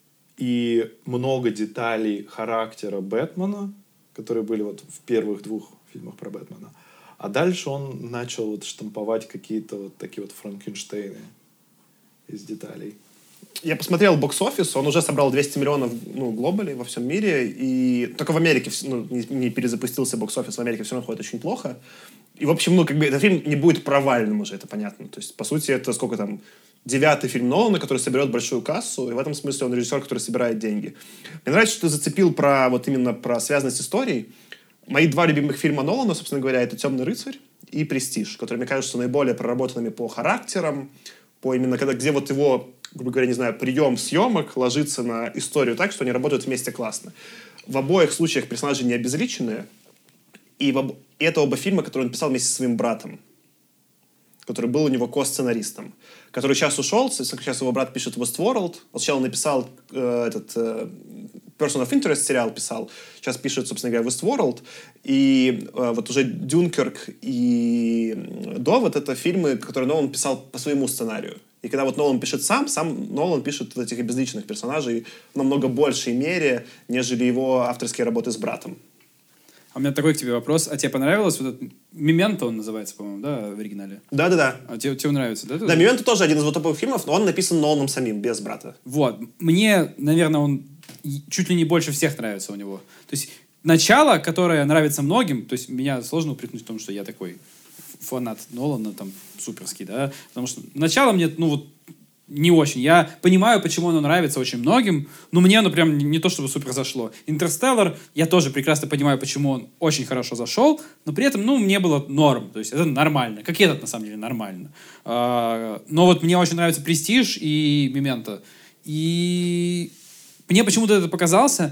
и много деталей характера Бэтмена, которые были вот в первых двух фильмах про Бэтмена. А дальше он начал вот штамповать какие-то вот такие вот Франкенштейны из деталей. Я посмотрел бокс-офис, он уже собрал двести миллионов, ну, глобали во всем мире, и только в Америке, ну, не, не перезапустился бокс-офис, в Америке все равно ходит очень плохо. И, в общем, ну, как бы этот фильм не будет провальным уже, это понятно. То есть, по сути, это сколько там, девятый фильм Нолана, который соберет большую кассу, и в этом смысле он режиссер, который собирает деньги. Мне нравится, что ты зацепил про, вот именно про связанность историй. Мои два любимых фильма Нолана, собственно говоря, это «Темный рыцарь» и «Престиж», которые, мне кажутся, наиболее проработанными по характерам, по именно, когда, где вот его, грубо говоря, не знаю, прием съемок ложится на историю так, что они работают вместе классно. В обоих случаях персонажи не обезличенные, и, в об... и это оба фильма, которые он писал вместе со своим братом, который был у него ко-сценаристом, который сейчас ушел, сейчас его брат пишет Westworld, он сначала написал э, этот э, Person of Interest сериал писал, сейчас пишет, собственно говоря, Westworld, и э, вот уже Дюнкерк и Довод — это фильмы, которые Нолан писал по своему сценарию. И когда вот Нолан пишет сам, сам Нолан пишет вот этих обезличенных персонажей в намного большей мере, нежели его авторские работы с братом. А у меня такой к тебе вопрос. А тебе понравилось вот этот «Мементо» он называется, по-моему, да, в оригинале? Да-да-да. А тебе, тебе нравится, да? Да, «Мементо» тоже один из вот топовых фильмов, но он написан Ноланом самим, без брата. Вот. Мне, наверное, он чуть ли не больше всех нравится у него. То есть начало, которое нравится многим, то есть меня сложно упрекнуть в том, что я такой фанат Нолана, там, суперский, да, потому что начало мне, ну, вот, не очень. Я понимаю, почему оно нравится очень многим, но мне оно прям не то, чтобы супер зашло. «Интерстеллар», я тоже прекрасно понимаю, почему он очень хорошо зашел, но при этом, ну, мне было норм, то есть это нормально, как и этот, на самом деле, нормально. А, но вот мне очень нравится «Престиж» и «Мементо». И мне почему-то это показался,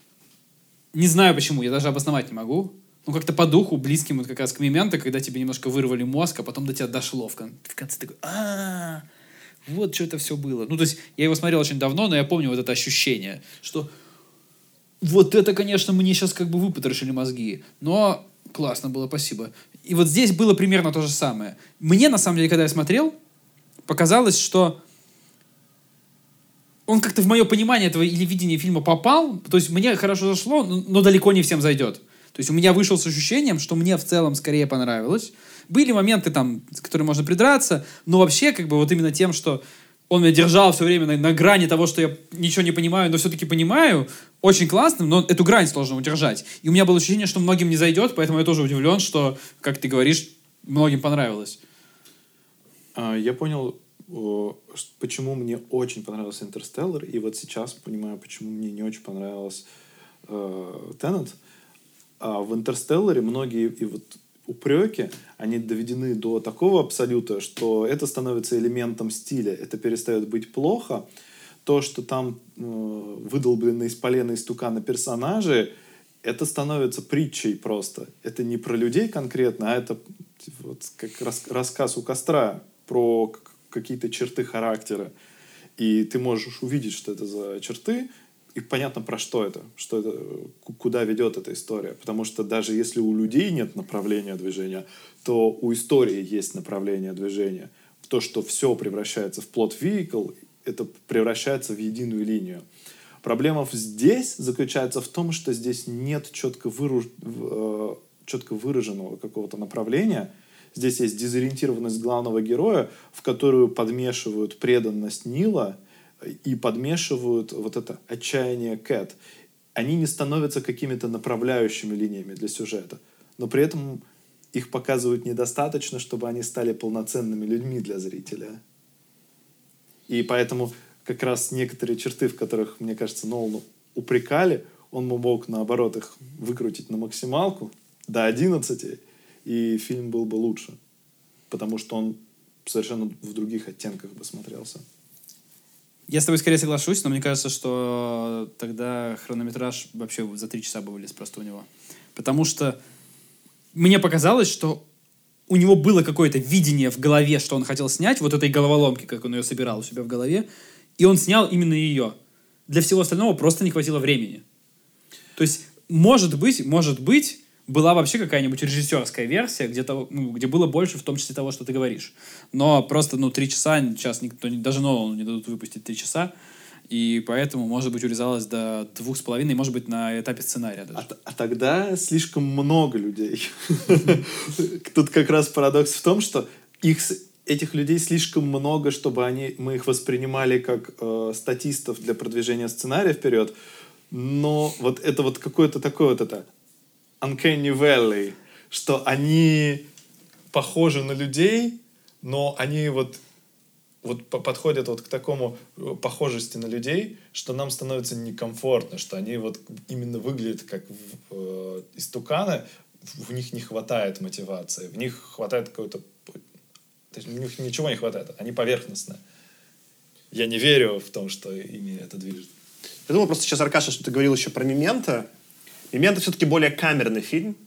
не знаю почему, я даже обосновать не могу, ну, как-то по духу, близким вот как раз к «Мементо», когда тебе немножко вырвали мозг, а потом до тебя дошло. В, кон- в конце такой, а вот что это все было. Ну, то есть, я его смотрел очень давно, но я помню вот это ощущение, что вот это, конечно, мне сейчас как бы выпотрошили мозги. Но классно было, спасибо. И вот здесь было примерно то же самое. Мне, на самом деле, когда я смотрел, показалось, что он как-то в мое понимание этого или видение фильма попал. То есть, мне хорошо зашло, но, но далеко не всем зайдет. То есть у меня вышел с ощущением, что мне в целом скорее понравилось. Были моменты, там, с которыми можно придраться, но вообще, как бы, вот именно тем, что он меня держал все время на, на грани того, что я ничего не понимаю, но все-таки понимаю, очень классно, но эту грань сложно удержать. И у меня было ощущение, что многим не зайдет, поэтому я тоже удивлен, что, как ты говоришь, многим понравилось. Я понял, почему мне очень понравился «Интерстеллар», и вот сейчас понимаю, почему мне не очень понравилось «Тенет». А в «Интерстелларе» многие и вот упреки, они доведены до такого абсолюта, что это становится элементом стиля. Это перестает быть плохо. То, что там э, выдолблены из полена истукана персонажи, это становится притчей просто. Это не про людей конкретно, а это вот как рас, рассказ у костра про какие-то черты характера. И ты можешь увидеть, что это за черты, и понятно, про что это, что это, куда ведет эта история. Потому что даже если у людей нет направления движения, то у истории есть направление движения. То, что все превращается в plot vehicle, это превращается в единую линию. Проблема здесь заключается в том, что здесь нет четко, выруж... четко выраженного какого-то направления. Здесь есть дезориентированность главного героя, в которую подмешивают преданность Нила и подмешивают вот это отчаяние Кэт. Они не становятся какими-то направляющими линиями для сюжета, но при этом их показывают недостаточно, чтобы они стали полноценными людьми для зрителя. И поэтому как раз некоторые черты, в которых, мне кажется, Нолану упрекали, он мог, наоборот, их выкрутить на максималку до одиннадцати, и фильм был бы лучше. Потому что он совершенно в других оттенках бы смотрелся. Я с тобой скорее соглашусь, но мне кажется, что тогда хронометраж вообще за три часа бы вылез просто у него. Потому что мне показалось, что у него было какое-то видение в голове, что он хотел снять, вот этой головоломки, как он ее собирал у себя в голове, и он снял именно ее. Для всего остального просто не хватило времени. То есть, может быть, может быть, была вообще какая-нибудь режиссерская версия, где, того, ну, где было больше, в том числе того, что ты говоришь. Но просто, ну, три часа, сейчас никто, даже Нолану не дадут выпустить три часа, и поэтому, может быть, урезалось до двух с половиной, может быть, на этапе сценария даже. А, а тогда слишком много людей. Тут как раз парадокс в том, что их, этих людей слишком много, чтобы они, мы их воспринимали как э, статистов для продвижения сценария вперед. Но вот это вот какое-то такое вот это uncanny valley, что они похожи на людей, но они вот вот подходят вот к такому похожести на людей, что нам становится некомфортно, что они вот именно выглядят как э, истуканы, в них не хватает мотивации, в них хватает какой-то... У них ничего не хватает, они поверхностные. Я не верю в том, что ими это движет. Я думал просто сейчас, Аркаша, что ты говорил еще про «Мементо». «Мементо» все-таки более камерный фильм,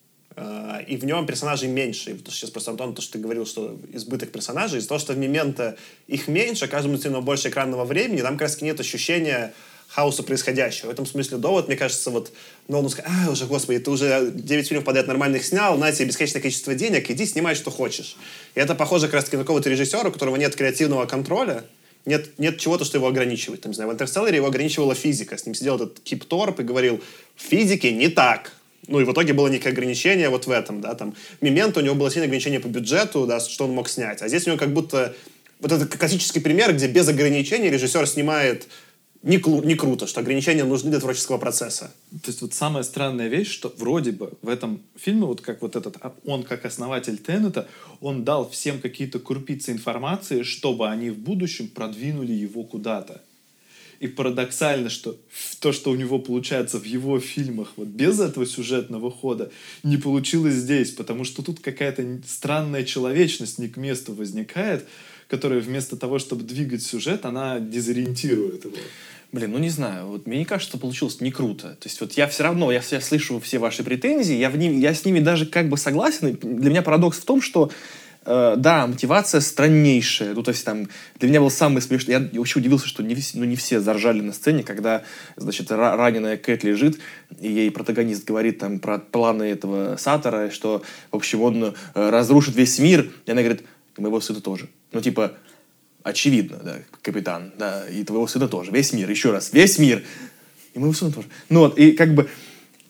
и в нем персонажей меньше. Потому что сейчас просто, Антон, то, что ты говорил, что избыток персонажей, из-за того, что в «Мементо» их меньше, каждому фильму больше экранного времени, там как раз нет ощущения хаоса происходящего. В этом смысле довод, мне кажется, вот Нолан сказал, а, уже, господи, ты уже девять фильмов подряд нормальных снял, на тебе бесконечное количество денег, иди снимай, что хочешь. И это похоже как раз-таки на какого-то режиссера, у которого нет креативного контроля, нет, нет чего-то, что его ограничивает. Там, не знаю, в «Интерстелларе» его ограничивала физика. С ним сидел этот Кип Торп и говорил, в физике не так. Ну, и в итоге было некое ограничение вот в этом, да, там, «Мементо», у него было сильное ограничение по бюджету, да, что он мог снять. А здесь у него как будто, вот это классический пример, где без ограничений режиссер снимает не, клу- не круто, что ограничения нужны для творческого процесса. То есть вот самая странная вещь, что вроде бы в этом фильме, вот как вот этот, он как основатель Теннета, он дал всем какие-то крупицы информации, чтобы они в будущем продвинули его куда-то. И парадоксально, что то, что у него получается в его фильмах, вот без этого сюжетного хода, не получилось здесь, потому что тут какая-то странная человечность не к месту возникает, которая вместо того, чтобы двигать сюжет, она дезориентирует его. Блин, ну не знаю, вот мне не кажется, что получилось не круто. То есть вот я все равно, я, я слышу все ваши претензии, я, в ним, я с ними даже как бы согласен. Для меня парадокс в том, что Uh, да, мотивация страннейшая. Ну, то есть, там, для меня был самый смешный... Я вообще удивился, что не, ну, не все заржали на сцене, когда, значит, раненая Кэт лежит, и ей протагонист говорит там про планы этого Саттера, что, в общем, он uh, разрушит весь мир. И она говорит, и моего сына тоже. Ну, типа, очевидно, да, капитан, да, и твоего сына тоже. Весь мир, еще раз, весь мир. И моего сына тоже. Ну, вот, и как бы...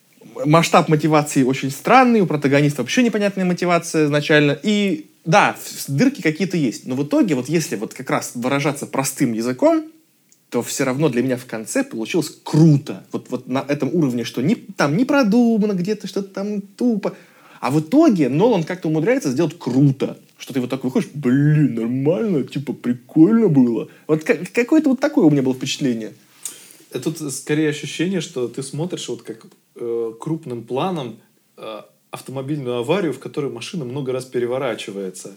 Масштаб мотивации очень странный, у протагониста вообще непонятная мотивация изначально. И да, дырки какие-то есть. Но в итоге, вот если вот как раз выражаться простым языком, то все равно для меня в конце получилось круто. Вот, вот на этом уровне, что не, там не продумано где-то, что-то там тупо. А в итоге Нолан как-то умудряется сделать круто. Что ты вот так выходишь, блин, нормально, типа прикольно было. Вот как, какое-то вот такое у меня было впечатление. Это тут скорее ощущение, что ты смотришь вот как э, крупным планом э, автомобильную аварию, в которой машина много раз переворачивается.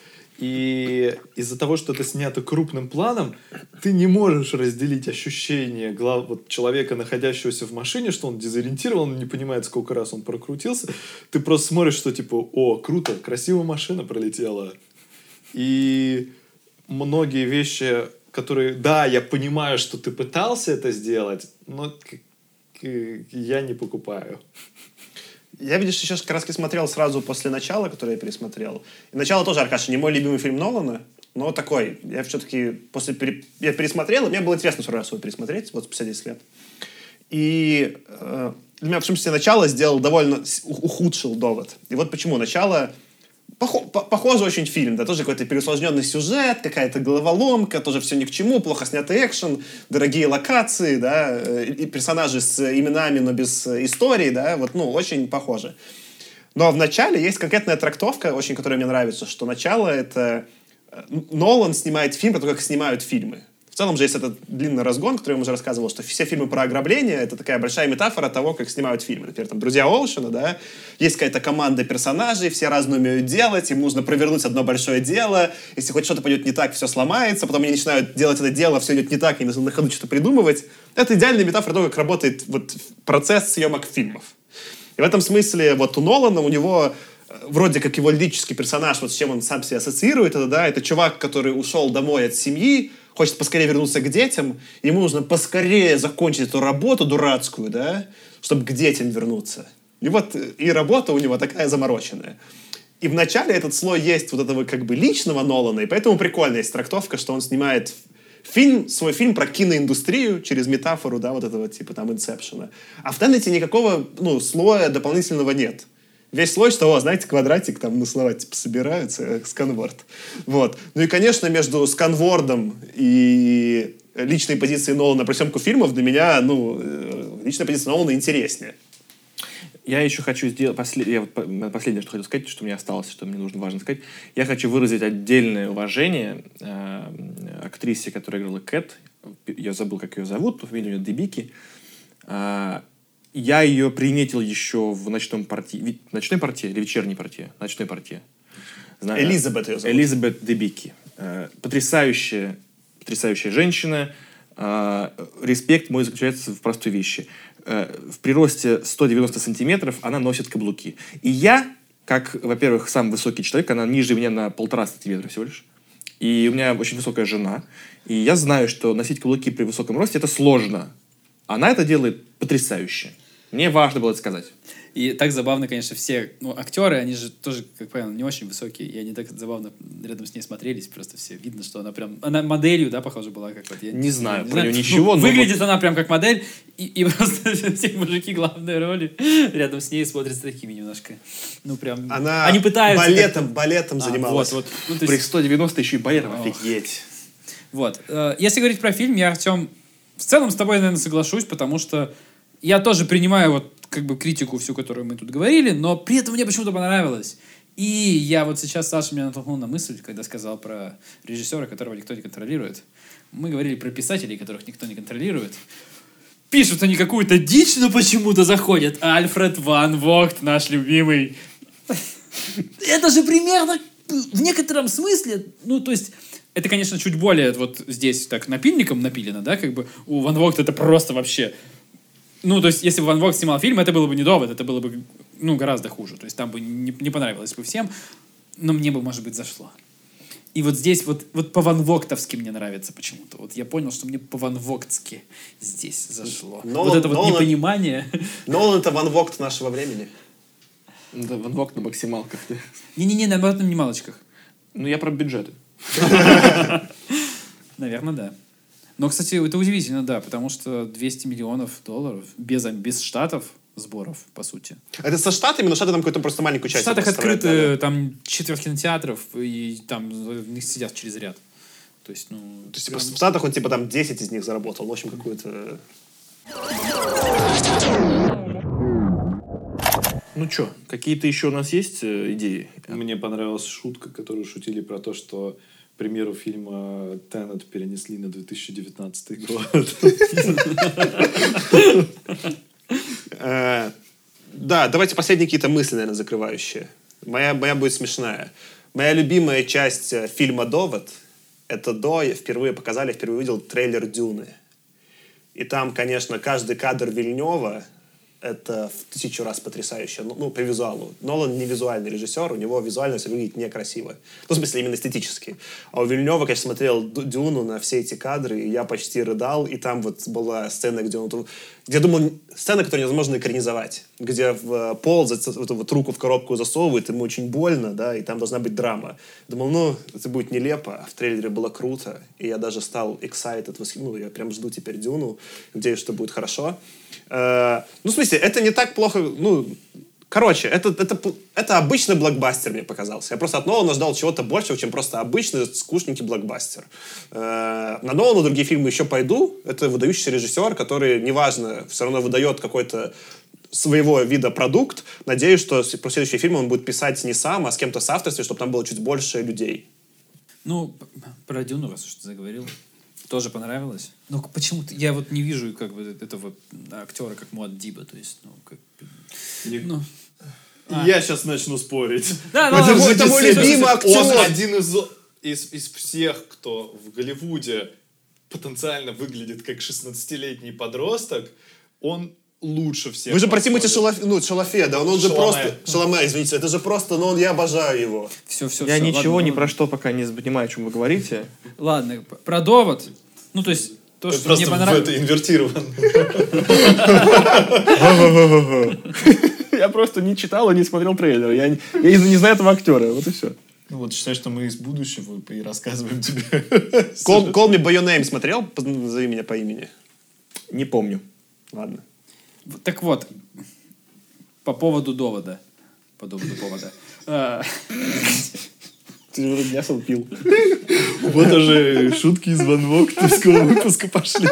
И из-за того, что это снято крупным планом, ты не можешь разделить ощущение глав... вот, человека, находящегося в машине, что он дезориентирован, он не понимает, сколько раз он прокрутился. Ты просто смотришь, что типа, о, круто, красивая машина пролетела. И многие вещи, который, да, я понимаю, что ты пытался это сделать, но к- к- я не покупаю. Я, видишь, еще как раз смотрел сразу после «Начала», которое я пересмотрел. И «Начало» тоже, Аркаша, не мой любимый фильм Нолана, но такой. Я все-таки после пере... я пересмотрел, и мне было интересно второй раз его пересмотреть, вот спустя десять лет. И э, для меня, в том числе, «Начало» сделал довольно... ухудшил довод. И вот почему. «Начало» пох... похоже очень фильм, да, тоже какой-то переусложненный сюжет, какая-то головоломка, тоже все ни к чему, плохо снятый экшен, дорогие локации, да, и персонажи с именами, но без истории, да, вот, ну, очень похоже. Но в «Начале» есть конкретная трактовка, очень, которая мне нравится, что «Начало» — это... Нолан снимает фильм про то, как снимают фильмы. В целом же есть этот длинный разгон, который я вам уже рассказывал, что все фильмы про ограбление — это такая большая метафора того, как снимают фильмы. Например, там «Друзья Оушена», да, есть какая-то команда персонажей, все разные умеют делать, им нужно провернуть одно большое дело, если хоть что-то пойдет не так, все сломается, потом они начинают делать это дело, все идет не так, они нужно на ходу что-то придумывать. Это идеальная метафора того, как работает вот процесс съемок фильмов. И в этом смысле вот у Нолана, у него вроде как его лирический персонаж, вот с чем он сам себя ассоциирует, это, да, это чувак, который ушел домой от семьи, хочет поскорее вернуться к детям, ему нужно поскорее закончить эту работу дурацкую, да, чтобы к детям вернуться. И вот и работа у него такая замороченная. И в начале этот слой есть вот этого как бы личного Нолана, и поэтому прикольная есть трактовка, что он снимает фильм, свой фильм про киноиндустрию через метафору, да, вот этого типа там «Инсепшена». А в Теннете никакого, ну, слоя дополнительного нет. Весь слой, что, о, знаете, квадратик, там на слова типа собираются, сканворд. Вот. Ну и, конечно, между сканвордом и личной позицией Нолана про съемку фильмов для меня, ну, личная позиция Нолана интереснее. Я еще хочу сделать... Послед... Я вот последнее, что хотел сказать, что мне осталось, что мне нужно важно сказать. Я хочу выразить отдельное уважение э, актрисе, которая играла Кэт. Я забыл, как ее зовут. Фамилия у нее Дебики. Э, я ее приметил еще в «Ночном партии». «Ночной партии» или «Вечерней партии»? «Ночной партии». Знаю, Элизабет ее зовут. Элизабет Дебики. Э, потрясающая, потрясающая женщина. Э, респект мой заключается в простой вещи. В приросте сто девяносто сантиметров она носит каблуки. И я, как, во-первых, сам высокий человек, она ниже меня на полтора сантиметра всего лишь. И у меня очень высокая жена. И я знаю, что носить каблуки при высоком росте — это сложно. Она это делает потрясающе. Мне важно было это сказать. И так забавно, конечно, все ну, актеры, они же тоже, как правило, не очень высокие, и они так забавно рядом с ней смотрелись, просто все видно, что она прям... Она моделью, да, похоже, была как вот. Я не, не знаю, не про знаю. нее ничего, ну, но... Выглядит вот... она прям как модель, и, и просто все мужики главной роли рядом с ней смотрятся такими немножко, ну прям... Она они пытаются балетом, балетом а, занималась. Вот, вот. Ну, При есть... сто девяносто еще и балетом, Ох. офигеть. Вот. Если говорить про фильм, я, Артем, в целом с тобой, наверное, соглашусь, потому что я тоже принимаю вот как бы критику всю, которую мы тут говорили, но при этом мне почему-то понравилось. И я вот сейчас, Саша меня натолкнул на мысль, когда сказал про режиссера, которого никто не контролирует. Мы говорили про писателей, которых никто не контролирует. Пишут они какую-то дичь, но почему-то заходят. Альфред Ван Вогт, наш любимый. Это же примерно в некотором смысле, ну, то есть... Это, конечно, чуть более вот здесь так напильником напилено, да, как бы у Ван Вогта это просто вообще... Ну, то есть, если бы Ван Вогт снимал фильм, это было бы не довод, это было бы, ну, гораздо хуже. То есть, там бы не, не понравилось бы всем, но мне бы, может быть, зашло. И вот здесь вот, вот по-ван-вогтовски мне нравится почему-то. Вот я понял, что мне по-ван-вогтски здесь зашло. Нолан, вот это вот Нолан, непонимание. Нолан — это Ван Вогт нашего времени. Да, Ван Вогт на максималках. Не-не-не, наоборот, на минималочках. Ну, я про бюджеты. Наверное, да. Но, кстати, это удивительно, да, потому что двести миллионов долларов без, без штатов сборов, по сути. Это со штатами, но штаты там какую-то просто маленькую часть. В Штатах поставляют, открыты да, да. там четверть кинотеатров, и там в них сидят через ряд. То есть, ну... То есть, типа, в Штатах он, типа, там десять из них заработал. В общем, какую-то... Ну что, какие-то еще у нас есть э, идеи? Мне понравилась шутка, которую шутили про то, что премьеру фильма «Теннет» перенесли на две тысячи девятнадцатый год. Да, давайте последние какие-то мысли, наверное, закрывающие. Моя, моя будет смешная. Моя любимая часть фильма «Довод» — это до, впервые показали, впервые увидел трейлер «Дюны». И там, конечно, каждый кадр Вильнёва — это в тысячу раз потрясающе. Ну, ну, по визуалу. Нолан не визуальный режиссер, у него визуально все выглядит некрасиво. Ну, в смысле, именно эстетически. А у Вильнёва, конечно, смотрел Дюну на все эти кадры, и я почти рыдал, и там вот была сцена, где он... Где, я думал, сцена, которую невозможно экранизовать, где в пол за, вот, вот руку в коробку засовывает, ему очень больно, да, и там должна быть драма. Думал, ну, это будет нелепо, а в трейлере было круто, и я даже стал excited, восх... ну, я прям жду теперь Дюну, надеюсь, что будет хорошо. Э, ну, в смысле, это не так плохо, ну, короче, это, это, это обычный блокбастер мне показался. Я просто от Нолана ждал чего-то большего, чем просто обычный скучненький блокбастер. Э, на Нолана другие фильмы еще пойду. Это выдающийся режиссер, который, неважно, все равно выдает какой-то своего вида продукт. Надеюсь, что про следующий фильм он будет писать не сам, а с кем-то в соавторстве, чтобы там было чуть больше людей. Ну, про Дюну, раз уж ты заговорил, тоже понравилось. Но почему-то я вот не вижу как бы этого актера, как Муаддиба, то есть, ну, как... Ну... А. Я сейчас начну спорить. Да, ну, это, это мой любимый актер. Он один из, из, из всех, кто в Голливуде потенциально выглядит как шестнадцатилетний подросток, он лучше всех. Вы же про Тимоти Шалафе, ну, Шалафе, да, он, он же просто... Шаламе, извините, это же просто, ну, я обожаю его. Все, все, Я все, ничего ладно, ни ладно. про что пока не понимаю, о чем вы говорите. Ладно, про довод. Ну, то есть, то, Это что просто мне понравилось... это инвертировано. Я просто не читал и не смотрел трейлер. Я не, я не знаю этого актера. Вот и все. Ну вот считай, что мы из будущего и рассказываем тебе. Call, Call Me By Your Name смотрел? Назови меня по имени. Не помню. Ладно. Так вот, по поводу довода. По поводу повода. А, Ты же вроде мясо пил. Вот уже шутки из Ван Воктовского выпуска пошли.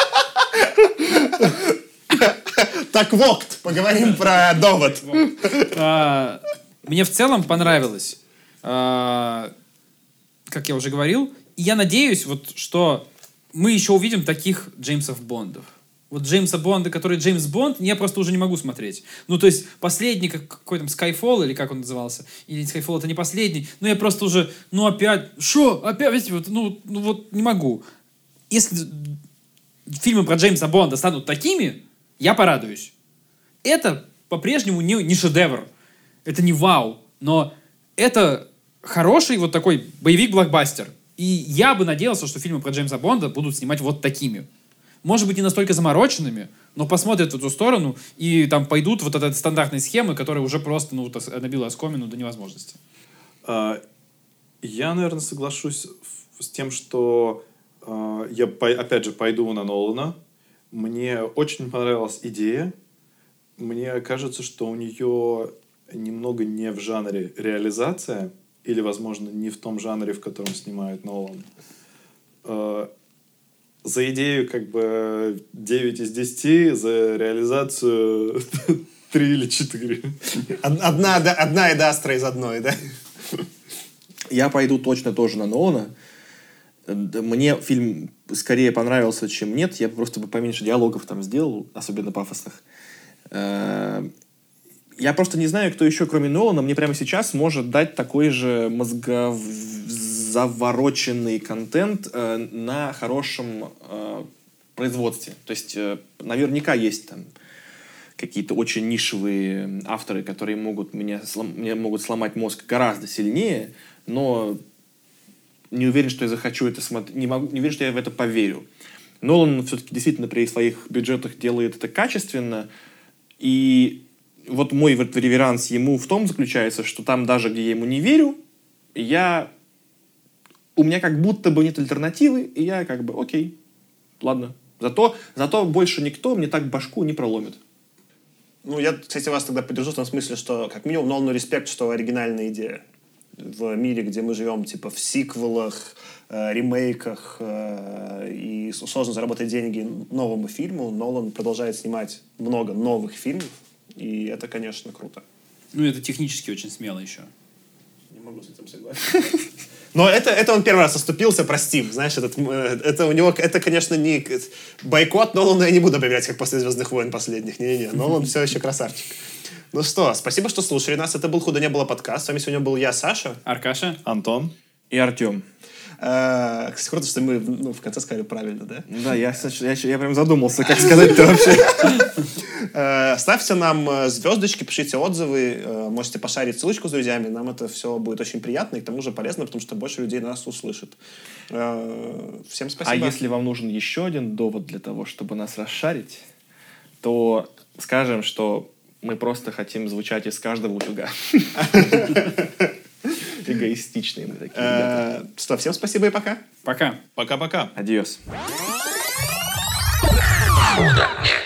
Так вот, поговорим про довод. а, Мне в целом понравилось. А, Как я уже говорил. И я надеюсь, вот, что мы еще увидим таких Джеймсов Бондов. Вот Джеймса Бонда, который Джеймс Бонд, я просто уже не могу смотреть. Ну, то есть, последний, как, какой там, Skyfall, или как он назывался, или Skyfall это не последний, ну, я просто уже, ну, опять, шо, опять, видите, вот, ну, ну, вот не могу. Если фильмы про Джеймса Бонда станут такими, я порадуюсь. Это по-прежнему не, не шедевр, это не вау, но это хороший вот такой боевик-блокбастер. И я бы надеялся, что фильмы про Джеймса Бонда будут снимать вот такими. Может быть, не настолько замороченными, но посмотрят в эту сторону и там пойдут вот от этой стандартной схемы, которая уже просто ну, набила оскомину до невозможности. А, я, наверное, соглашусь с тем, что а, я, опять же, пойду на Нолана. Мне очень понравилась идея. Мне кажется, что у нее немного не в жанре реализация, или, возможно, не в том жанре, в котором снимает Нолан. А, за идею как бы девять из десяти, за реализацию три или четыре. Одна, одна эда Астра из одной, да? Я пойду точно тоже на Нолана. Мне фильм скорее понравился, чем нет. Я просто бы поменьше диалогов там сделал, особенно пафосных. Я просто не знаю, кто еще, кроме Нолана, мне прямо сейчас может дать такой же мозгозавороченный контент э, на хорошем э, производстве. То есть э, наверняка есть там какие-то очень нишевые авторы, которые могут меня слом- мне могут сломать мозг гораздо сильнее, но не уверен, что я захочу это смотреть, не, могу, не уверен, что я в это поверю. Нолан все-таки действительно при своих бюджетах делает это качественно, и вот мой вот реверанс ему в том заключается, что там даже, где я ему не верю, я... у меня как будто бы нет альтернативы, и я как бы, окей, ладно. Зато, зато больше никто мне так башку не проломит. Ну, я, кстати, вас тогда поддержу в том смысле, что как минимум Нолану респект, что оригинальная идея. В мире, где мы живем, типа, в сиквелах, э, ремейках, э, и сложно заработать деньги новому фильму, Нолан продолжает снимать много новых фильмов, и это, конечно, круто. Ну, это технически очень смело еще. Не могу с этим согласиться. Но это, это он первый раз оступился, простим. Знаешь, этот, это у него, это, конечно, не бойкот Нолана я не буду объявлять, как после «Звездных войн» последних. Не-не-не, Нолан все еще красавчик. Ну что, спасибо, что слушали нас. Это был «Худо не было» подкаст. С вами сегодня был я, Саша. Аркаша? Антон. И Артем. Э, Кстати, круто, что мы ну, в конце сказали правильно, да? Да, я, кстати, я, я прям задумался, как сказать-то вообще. Э, Ставьте нам э, звездочки, пишите отзывы, э, можете пошарить ссылочку с друзьями, нам это все будет очень приятно и к тому же полезно, потому что больше людей нас услышит. Э, Всем А спасибо. если вам нужен еще один довод для того, чтобы нас расшарить, то скажем, что мы просто хотим звучать из каждого утюга. Эгоистичные мы такие ребята. Э, Что, всем спасибо и пока. Пока. Пока-пока. Адьос. Удачи.